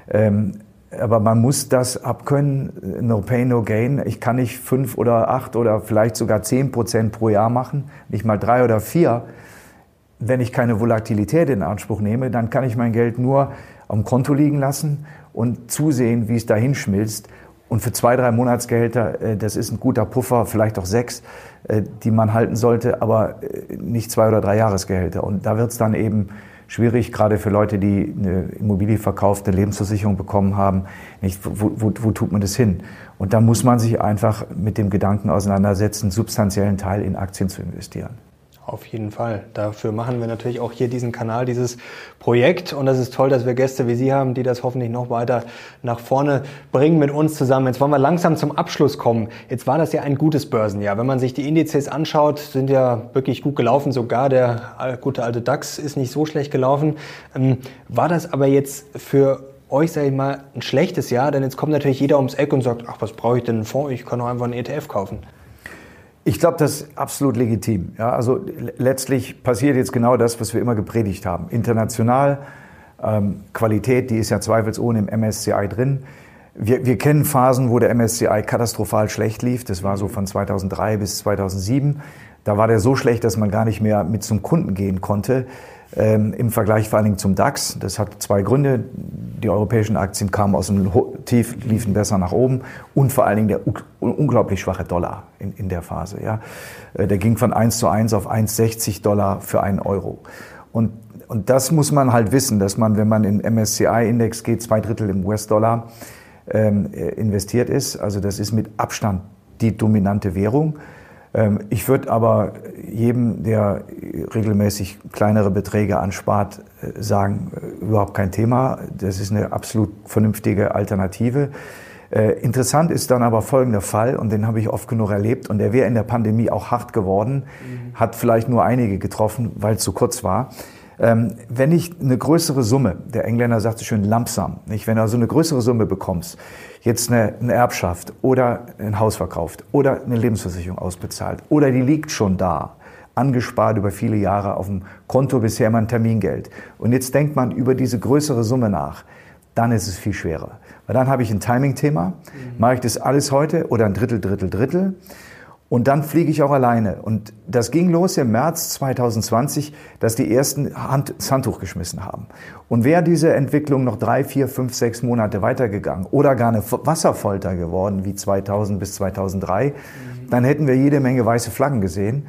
Aber man muss das abkönnen, no pain, no gain. Ich kann nicht 5 oder 8 oder vielleicht sogar 10% pro Jahr machen, nicht mal 3 oder 4. Wenn ich keine Volatilität in Anspruch nehme, dann kann ich mein Geld nur am Konto liegen lassen und zusehen, wie es dahin schmilzt. Und für 2, 3 Monatsgehälter, das ist ein guter Puffer, vielleicht auch 6, die man halten sollte, aber nicht 2 oder 3 Jahresgehälter. Und da wird es dann eben schwierig, gerade für Leute, die eine Immobilie verkauft, eine Lebensversicherung bekommen haben. Nicht, wo tut man das hin? Und da muss man sich einfach mit dem Gedanken auseinandersetzen, einen substanziellen Teil in Aktien zu investieren. Auf jeden Fall. Dafür machen wir natürlich auch hier diesen Kanal, dieses Projekt. Und das ist toll, dass wir Gäste wie Sie haben, die das hoffentlich noch weiter nach vorne bringen mit uns zusammen. Jetzt wollen wir langsam zum Abschluss kommen. Jetzt war das ja ein gutes Börsenjahr. Wenn man sich die Indizes anschaut, sind ja wirklich gut gelaufen. Sogar der gute alte DAX ist nicht so schlecht gelaufen. War das aber jetzt für euch, sage ich mal, ein schlechtes Jahr? Denn jetzt kommt natürlich jeder ums Eck und sagt, ach, was brauche ich denn einen Fonds? Ich kann doch einfach einen ETF kaufen. Ich glaube, das ist absolut legitim. Ja, also letztlich passiert jetzt genau das, was wir immer gepredigt haben. International, Qualität, die ist ja zweifelsohne im MSCI drin. Wir kennen Phasen, wo der MSCI katastrophal schlecht lief. Das war so von 2003 bis 2007. Da war der so schlecht, dass man gar nicht mehr mit zum Kunden gehen konnte. Im Vergleich vor allen Dingen zum DAX. Das hat 2 Gründe. Die europäischen Aktien kamen aus dem Tief, liefen besser nach oben und vor allen Dingen der unglaublich schwache Dollar in der Phase. Ja. Der ging von 1:1 auf 1,60 Dollar für 1 Euro. Und das muss man halt wissen, dass man, wenn man in den MSCI-Index geht, 2/3 im US-Dollar investiert ist. Also das ist mit Abstand die dominante Währung. Ich würde aber jedem, der regelmäßig kleinere Beträge anspart, sagen, überhaupt kein Thema. Das ist eine absolut vernünftige Alternative. Interessant ist dann aber folgender Fall, und den habe ich oft genug erlebt, und der wäre in der Pandemie auch hart geworden, hat vielleicht nur einige getroffen, weil es zu kurz war. Wenn ich eine größere Summe, der Engländer sagt so schön Lump Sum, nicht? Wenn du also eine größere Summe bekommst, jetzt eine Erbschaft oder ein Haus verkauft oder eine Lebensversicherung ausbezahlt oder die liegt schon da, angespart über viele Jahre auf dem Konto, bisher immer ein Termingeld, und jetzt denkt man über diese größere Summe nach, dann ist es viel schwerer. Weil dann habe ich ein Timing-Thema, mache ich das alles heute oder ein Drittel, und dann fliege ich auch alleine. Und das ging los im März 2020, dass die ersten das Handtuch geschmissen haben. Und wäre diese Entwicklung noch 3, 4, 5, 6 Monate weitergegangen oder gar eine Wasserfolter geworden wie 2000 bis 2003, dann hätten wir jede Menge weiße Flaggen gesehen.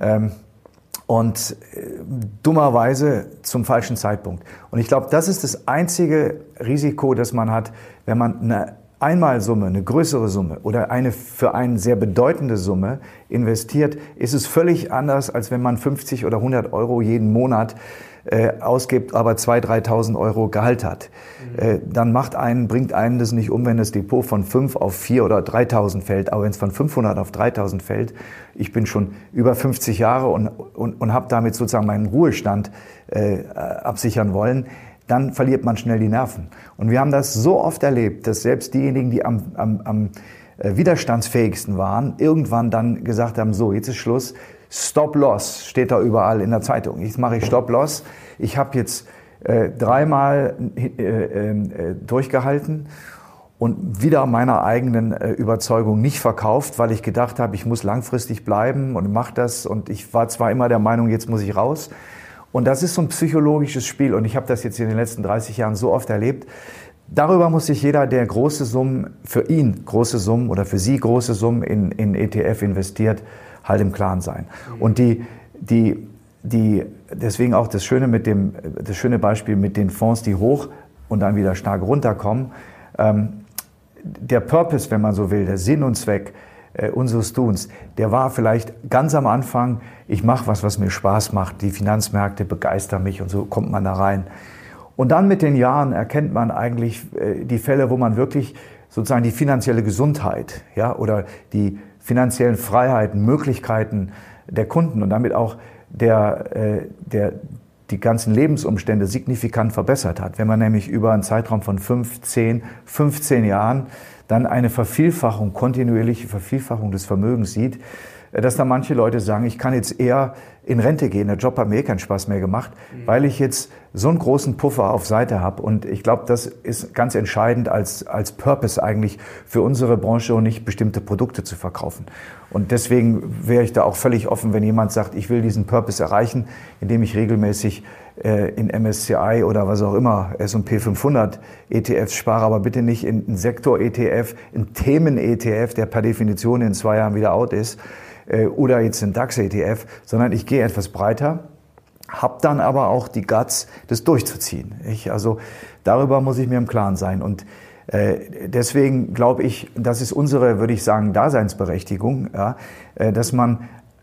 Und dummerweise zum falschen Zeitpunkt. Und ich glaube, das ist das einzige Risiko, das man hat, wenn man eine Einmalsumme, eine größere Summe oder eine für einen sehr bedeutende Summe investiert, ist es völlig anders, als wenn man 50 oder 100 Euro jeden Monat ausgibt, aber 2.000, 3.000 Euro Gehalt hat. Dann bringt einen das nicht um, wenn das Depot von 5 auf 4 oder 3.000 fällt, aber wenn es von 500 auf 3.000 fällt, ich bin schon über 50 Jahre und habe damit sozusagen meinen Ruhestand absichern wollen, dann verliert man schnell die Nerven. Und wir haben das so oft erlebt, dass selbst diejenigen, die am widerstandsfähigsten waren, irgendwann dann gesagt haben, so, jetzt ist Schluss, Stop Loss steht da überall in der Zeitung. Jetzt mache ich Stop Loss. Ich habe jetzt dreimal durchgehalten und wieder meiner eigenen Überzeugung nicht verkauft, weil ich gedacht habe, ich muss langfristig bleiben und mache das. Und ich war zwar immer der Meinung, jetzt muss ich raus. Und das ist so ein psychologisches Spiel. Und ich habe das jetzt in den letzten 30 Jahren so oft erlebt. Darüber muss sich jeder, der große Summen, für ihn große Summen oder für sie große Summen in ETF investiert, halt im Klaren sein. Und deswegen auch das schöne Beispiel mit den Fonds, die hoch und dann wieder stark runterkommen. Der Purpose, wenn man so will, der Sinn und Zweck unseres Tuns, der war vielleicht ganz am Anfang, ich mache was mir Spaß macht, die Finanzmärkte begeistern mich und so kommt man da rein. Und dann mit den Jahren erkennt man eigentlich die Fälle, wo man wirklich sozusagen die finanzielle Gesundheit, ja, oder die finanziellen Freiheiten, Möglichkeiten der Kunden und damit auch die ganzen Lebensumstände signifikant verbessert hat. Wenn man nämlich über einen Zeitraum von 15 Jahren dann eine kontinuierliche Vervielfachung des Vermögens sieht, dass da manche Leute sagen, ich kann jetzt eher in Rente gehen, der Job hat mir keinen Spaß mehr gemacht, weil ich jetzt so einen großen Puffer auf Seite habe. Und ich glaube, das ist ganz entscheidend als Purpose eigentlich für unsere Branche und nicht bestimmte Produkte zu verkaufen. Und deswegen wäre ich da auch völlig offen, wenn jemand sagt, ich will diesen Purpose erreichen, indem ich regelmäßig in MSCI oder was auch immer, S&P 500 ETFs spare, aber bitte nicht in einen Sektor-ETF, einen Themen-ETF, der per Definition in 2 Jahren wieder out ist, oder jetzt einen DAX-ETF, sondern ich gehe etwas breiter, habe dann aber auch die Guts, das durchzuziehen. Also darüber muss ich mir im Klaren sein. Und deswegen glaube ich, das ist unsere, würde ich sagen, Daseinsberechtigung, ja, dass man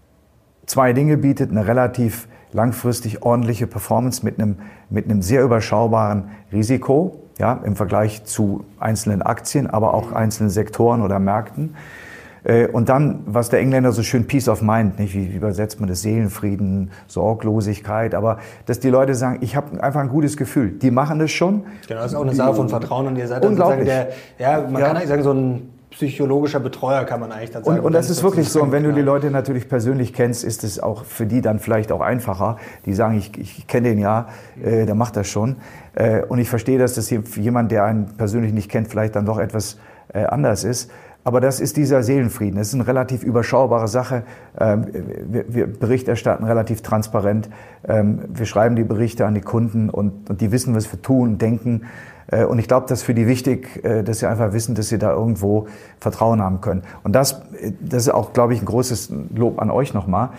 2 Dinge bietet, eine relativ langfristig ordentliche Performance mit einem sehr überschaubaren Risiko, ja, im Vergleich zu einzelnen Aktien, aber auch einzelnen Sektoren oder Märkten. Und dann, was der Engländer so schön Peace of Mind, nicht? Wie übersetzt man das? Seelenfrieden, Sorglosigkeit, aber dass die Leute sagen, ich habe einfach ein gutes Gefühl. Die machen das schon. Genau, das ist auch eine Sache von Vertrauen an ihr seid. Unglaublich. Man kann eigentlich sagen, so ein psychologischer Betreuer kann man eigentlich dann sagen. Und das ist wirklich so. Und wenn du die Leute natürlich persönlich kennst, ist es auch für die dann vielleicht auch einfacher. Die sagen, ich kenne den ja, der macht das schon. Und ich verstehe, dass das hier für jemand, der einen persönlich nicht kennt, vielleicht dann doch etwas anders ist. Aber das ist dieser Seelenfrieden. Das ist eine relativ überschaubare Sache. Wir Bericht erstatten relativ transparent. Wir schreiben die Berichte an die Kunden und die wissen, was wir tun und denken. Und ich glaube, das ist für die wichtig, dass sie einfach wissen, dass sie da irgendwo Vertrauen haben können. Und das ist auch, glaube ich, ein großes Lob an euch nochmal.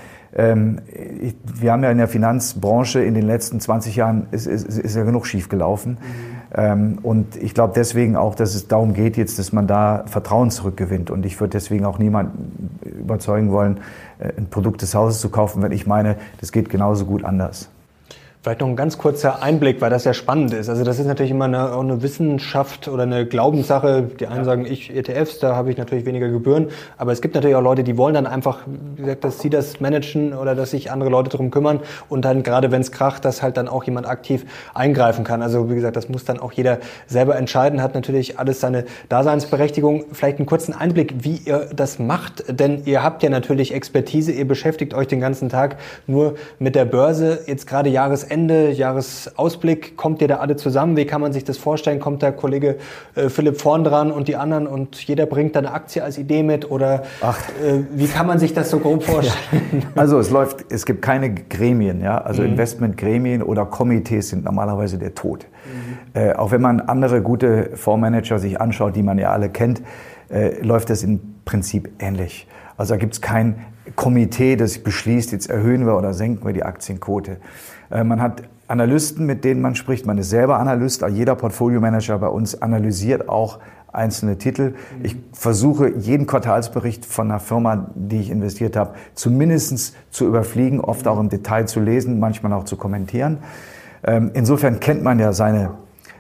Wir haben ja in der Finanzbranche in den letzten 20 Jahren ist ja genug schief gelaufen. Und ich glaube deswegen auch, dass es darum geht jetzt, dass man da Vertrauen zurückgewinnt. Und ich würde deswegen auch niemanden überzeugen wollen, ein Produkt des Hauses zu kaufen, wenn ich meine, das geht genauso gut anders. Vielleicht noch ein ganz kurzer Einblick, weil das ja spannend ist. Also das ist natürlich immer eine Wissenschaft oder eine Glaubenssache. Die einen sagen, ETFs, da habe ich natürlich weniger Gebühren. Aber es gibt natürlich auch Leute, die wollen dann einfach, wie gesagt, dass sie das managen oder dass sich andere Leute darum kümmern. Und dann gerade wenn es kracht, dass halt dann auch jemand aktiv eingreifen kann. Also wie gesagt, das muss dann auch jeder selber entscheiden, hat natürlich alles seine Daseinsberechtigung. Vielleicht einen kurzen Einblick, wie ihr das macht. Denn ihr habt ja natürlich Expertise, ihr beschäftigt euch den ganzen Tag nur mit der Börse. Jetzt gerade Jahresende, Jahresausblick, kommt ihr da alle zusammen? Wie kann man sich das vorstellen? Kommt der Kollege Philipp vorn dran und die anderen und jeder bringt da eine Aktie als Idee mit? Oder wie kann man sich das so grob vorstellen? Also es gibt keine Gremien, ja, also Investmentgremien oder Komitees sind normalerweise der Tod. Auch wenn man andere gute Fondsmanager sich anschaut, die man ja alle kennt, läuft das im Prinzip ähnlich. Also da gibt es kein Komitee, das beschließt, jetzt erhöhen wir oder senken wir die Aktienquote. Man hat Analysten, mit denen man spricht. Man ist selber Analyst. Jeder Portfolio-Manager bei uns analysiert auch einzelne Titel. Ich versuche, jeden Quartalsbericht von einer Firma, die ich investiert habe, zumindest zu überfliegen, oft auch im Detail zu lesen, manchmal auch zu kommentieren. Insofern kennt man ja seine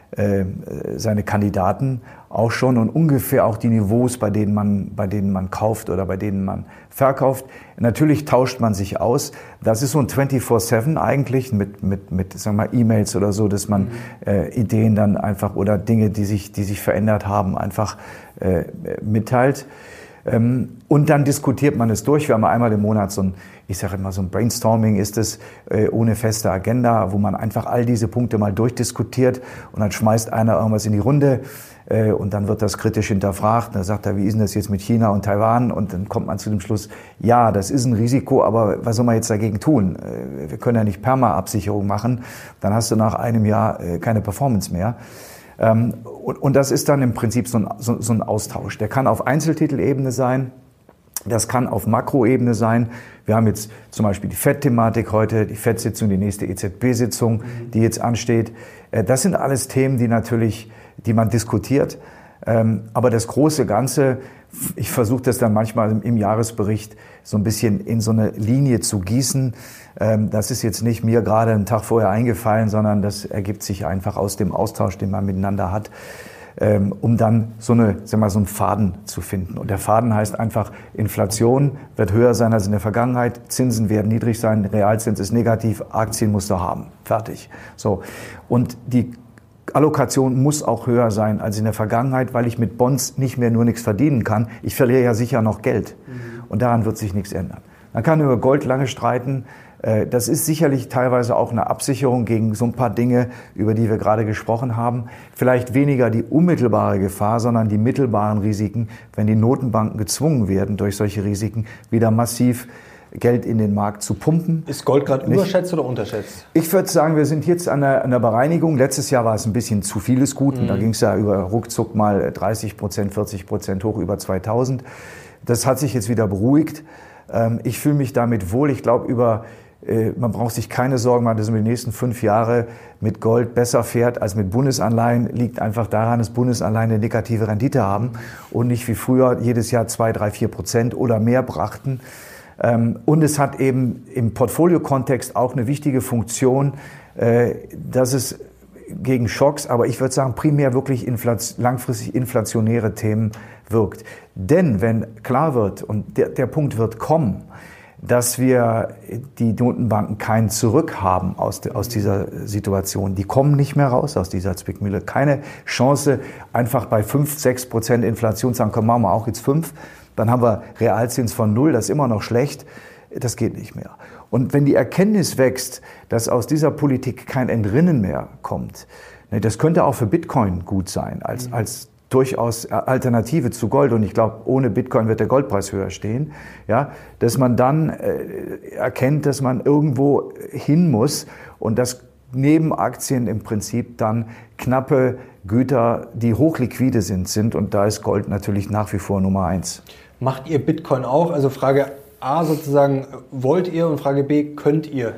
Kandidaten auch schon und ungefähr auch die Niveaus, bei denen man kauft oder bei denen man verkauft. Natürlich tauscht man sich aus. Das ist so ein 24/7 eigentlich mit sagen wir mal E-Mails oder so, dass man Ideen dann einfach oder Dinge, die sich verändert haben, einfach mitteilt. Und dann diskutiert man es durch. Wir haben einmal im Monat so ein Brainstorming ist es, ohne feste Agenda, wo man einfach all diese Punkte mal durchdiskutiert und dann schmeißt einer irgendwas in die Runde und dann wird das kritisch hinterfragt. Dann sagt er, wie ist denn das jetzt mit China und Taiwan? Und dann kommt man zu dem Schluss, ja, das ist ein Risiko, aber was soll man jetzt dagegen tun? Wir können ja nicht Perma-Absicherung machen, dann hast du nach einem Jahr keine Performance mehr. Und das ist dann im Prinzip so ein Austausch. Der kann auf Einzeltitelebene sein, das kann auf Makroebene sein. Wir haben jetzt zum Beispiel die FED-Thematik heute, die FED-Sitzung, die nächste EZB-Sitzung, die jetzt ansteht. Das sind alles Themen, die man diskutiert. Aber das große Ganze, ich versuche das dann manchmal im Jahresbericht so ein bisschen in so eine Linie zu gießen. Das ist jetzt nicht mir gerade einen Tag vorher eingefallen, sondern das ergibt sich einfach aus dem Austausch, den man miteinander hat, um dann so einen Faden zu finden. Und der Faden heißt einfach, Inflation wird höher sein als in der Vergangenheit, Zinsen werden niedrig sein, Realzins ist negativ, Aktien musst du haben. Fertig. So. Und die Allokation muss auch höher sein als in der Vergangenheit, weil ich mit Bonds nicht mehr nur nichts verdienen kann. Ich verliere ja sicher noch Geld. Und daran wird sich nichts ändern. Man kann über Gold lange streiten. Das ist sicherlich teilweise auch eine Absicherung gegen so ein paar Dinge, über die wir gerade gesprochen haben. Vielleicht weniger die unmittelbare Gefahr, sondern die mittelbaren Risiken, wenn die Notenbanken gezwungen werden, durch solche Risiken wieder massiv Geld in den Markt zu pumpen. Ist Gold gerade überschätzt oder unterschätzt? Ich würde sagen, wir sind jetzt an der Bereinigung. Letztes Jahr war es ein bisschen zu vieles Guten. Da ging es ja über ruckzuck mal 30%, 40% hoch über 2000. Das hat sich jetzt wieder beruhigt. Ich fühle mich damit wohl. Ich glaube, man braucht sich keine Sorgen machen, dass man die nächsten 5 Jahre mit Gold besser fährt als mit Bundesanleihen. Liegt einfach daran, dass Bundesanleihen eine negative Rendite haben und nicht wie früher jedes Jahr 2, 3, 4% oder mehr brachten. Und es hat eben im Portfolio-Kontext auch eine wichtige Funktion, dass es gegen Schocks, aber ich würde sagen primär wirklich langfristig inflationäre Themen wirkt. Denn wenn klar wird, und der Punkt wird kommen, dass wir die Notenbanken kein Zurück haben aus dieser Situation. Die kommen nicht mehr raus aus dieser Zwickmühle. Keine Chance, einfach bei 5-6% Inflation zu sagen, komm, machen wir auch jetzt 5. Dann haben wir Realzins von 0, das ist immer noch schlecht. Das geht nicht mehr. Und wenn die Erkenntnis wächst, dass aus dieser Politik kein Entrinnen mehr kommt, das könnte auch für Bitcoin gut sein, als durchaus Alternative zu Gold. Und ich glaube, ohne Bitcoin wird der Goldpreis höher stehen. Ja, dass man dann erkennt, dass man irgendwo hin muss und dass neben Aktien im Prinzip dann knappe Güter, die hochliquide sind. Und da ist Gold natürlich nach wie vor Nummer 1. Macht ihr Bitcoin auch? Also Frage A sozusagen, wollt ihr? Und Frage B, könnt ihr?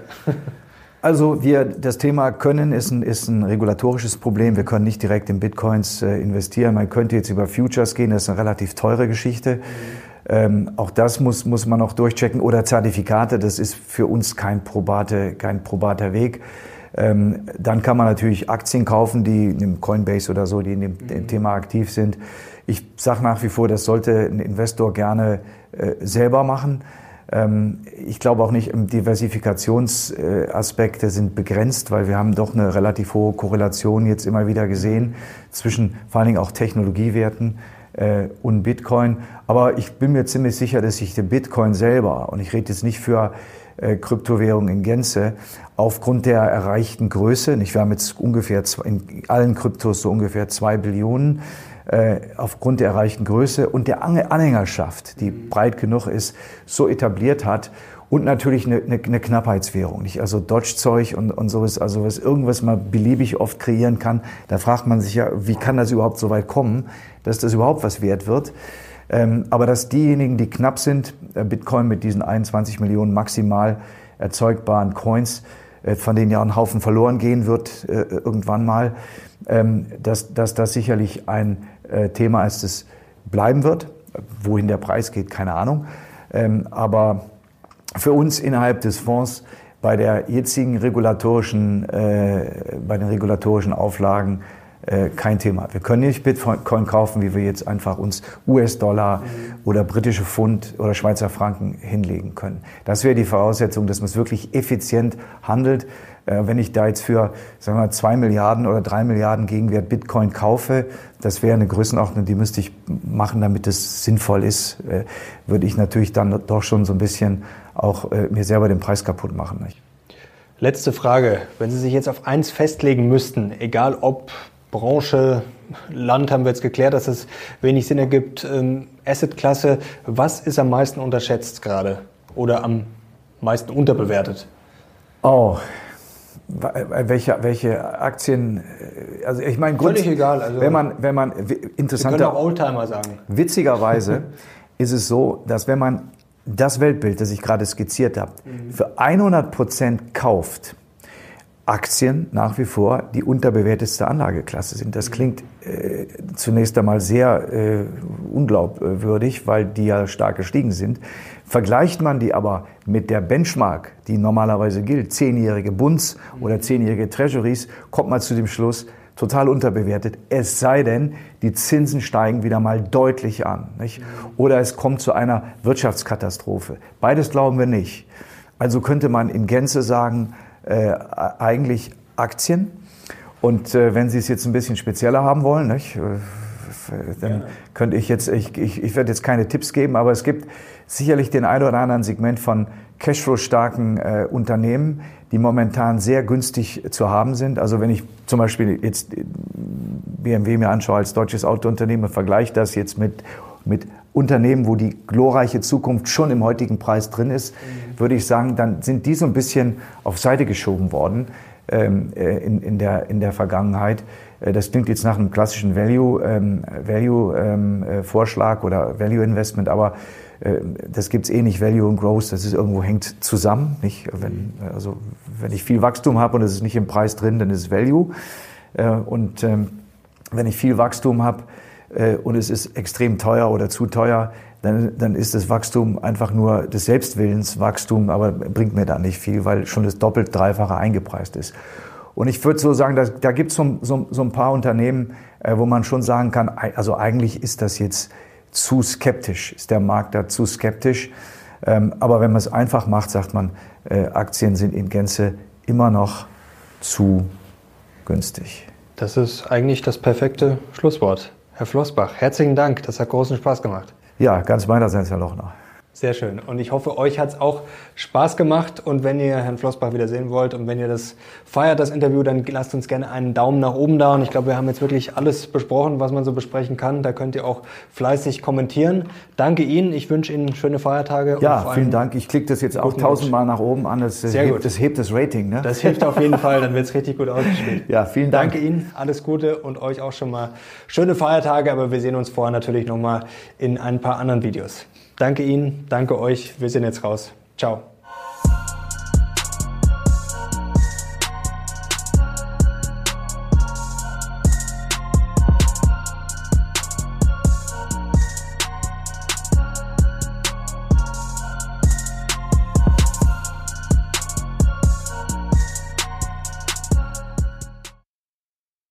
Also das Thema Können ist ein regulatorisches Problem. Wir können nicht direkt in Bitcoins investieren. Man könnte jetzt über Futures gehen, das ist eine relativ teure Geschichte. Auch das muss man noch durchchecken. Oder Zertifikate, das ist für uns kein probater Weg. Dann kann man natürlich Aktien kaufen, die in dem Coinbase oder so, die in dem Thema aktiv sind. Ich sage nach wie vor, das sollte ein Investor gerne selber machen. Ich glaube auch nicht, Diversifikationsaspekte sind begrenzt, weil wir haben doch eine relativ hohe Korrelation jetzt immer wieder gesehen zwischen vor allen Dingen auch Technologiewerten und Bitcoin. Aber ich bin mir ziemlich sicher, dass sich der Bitcoin selber, und ich rede jetzt nicht für Kryptowährung in Gänze, aufgrund der erreichten Größe, wir haben jetzt ungefähr in allen Kryptos so ungefähr 2 Billionen, aufgrund der erreichten Größe und der Anhängerschaft, die breit genug ist, so etabliert hat und natürlich eine Knappheitswährung, nicht? Also Dodge-Zeug und sowas, also was irgendwas mal beliebig oft kreieren kann, da fragt man sich ja, wie kann das überhaupt so weit kommen, dass das überhaupt was wert wird. Aber dass diejenigen, die knapp sind, Bitcoin mit diesen 21 Millionen maximal erzeugbaren Coins, von denen ja ein Haufen verloren gehen wird irgendwann mal, dass das sicherlich ein Thema ist, das bleiben wird. Wohin der Preis geht, keine Ahnung. Aber für uns innerhalb des Fonds bei den regulatorischen Auflagen kein Thema. Wir können nicht Bitcoin kaufen, wie wir jetzt einfach uns US-Dollar oder britische Pfund oder Schweizer Franken hinlegen können. Das wäre die Voraussetzung, dass man es wirklich effizient handelt. Wenn ich da jetzt für, sagen wir mal, 2 Milliarden oder 3 Milliarden Gegenwert Bitcoin kaufe, das wäre eine Größenordnung, die müsste ich machen, damit es sinnvoll ist, würde ich natürlich dann doch schon so ein bisschen auch mir selber den Preis kaputt machen. Nicht? Letzte Frage. Wenn Sie sich jetzt auf eins festlegen müssten, egal ob Branche, Land, haben wir jetzt geklärt, dass es wenig Sinn ergibt, Assetklasse, was ist am meisten unterschätzt gerade oder am meisten unterbewertet? Oh, welche Aktien, also ich meine, völlig egal. Also wenn man interessanter, Sie können auch Oldtimer sagen. Witzigerweise ist es so, dass wenn man das Weltbild, das ich gerade skizziert habe, für 100% kauft, Aktien nach wie vor die unterbewertetste Anlageklasse sind. Das klingt zunächst einmal sehr unglaubwürdig, weil die ja stark gestiegen sind. Vergleicht man die aber mit der Benchmark, die normalerweise gilt, 10-jährige Bunds oder 10-jährige Treasuries, kommt man zu dem Schluss, total unterbewertet, es sei denn, die Zinsen steigen wieder mal deutlich an. Nicht? Oder es kommt zu einer Wirtschaftskatastrophe. Beides glauben wir nicht. Also könnte man in Gänze sagen, eigentlich Aktien. Und wenn Sie es jetzt ein bisschen spezieller haben wollen, nicht, dann könnte ich jetzt, ich werde jetzt keine Tipps geben, aber es gibt sicherlich den einen oder anderen Segment von Cashflow-starken Unternehmen, die momentan sehr günstig zu haben sind. Also wenn ich zum Beispiel jetzt BMW mir anschaue als deutsches Autounternehmen, vergleiche das jetzt mit Unternehmen, wo die glorreiche Zukunft schon im heutigen Preis drin ist, würde ich sagen, dann sind die so ein bisschen auf Seite geschoben worden in der Vergangenheit. Das klingt jetzt nach einem klassischen Value-Vorschlag oder Value-Investment, aber das gibt's eh nicht, Value und Growth, das ist irgendwo hängt zusammen. Nicht? Wenn ich viel Wachstum habe und es ist nicht im Preis drin, dann ist es Value. Und wenn ich viel Wachstum habe und es ist extrem teuer oder zu teuer, dann ist das Wachstum einfach nur des Selbstwillens Wachstum, aber bringt mir da nicht viel, weil schon das doppelt, dreifache eingepreist ist. Und ich würde so sagen, da gibt es so ein paar Unternehmen, wo man schon sagen kann, also eigentlich ist das jetzt zu skeptisch, ist der Markt da zu skeptisch. Aber wenn man es einfach macht, sagt man, Aktien sind in Gänze immer noch zu günstig. Das ist eigentlich das perfekte Schlusswort. Herr Flossbach, herzlichen Dank, das hat großen Spaß gemacht. Ja, ganz meinerseits, Herr Lochner. Sehr schön. Und ich hoffe, euch hat es auch Spaß gemacht. Und wenn ihr Herrn Flossbach wieder sehen wollt und wenn ihr das feiert, das Interview, dann lasst uns gerne einen Daumen nach oben da. Und ich glaube, wir haben jetzt wirklich alles besprochen, was man so besprechen kann. Da könnt ihr auch fleißig kommentieren. Danke Ihnen. Ich wünsche Ihnen schöne Feiertage. Ja, vielen Dank. Ich klicke das jetzt auch 1000-mal nach oben an. Das hebt das Rating. Ne? Das hilft auf jeden Fall. Dann wird es richtig gut ausgespielt. Ja, vielen Dank. Danke Ihnen. Alles Gute und euch auch schon mal schöne Feiertage. Aber wir sehen uns vorher natürlich nochmal in ein paar anderen Videos. Danke Ihnen, danke euch. Wir sind jetzt raus. Ciao.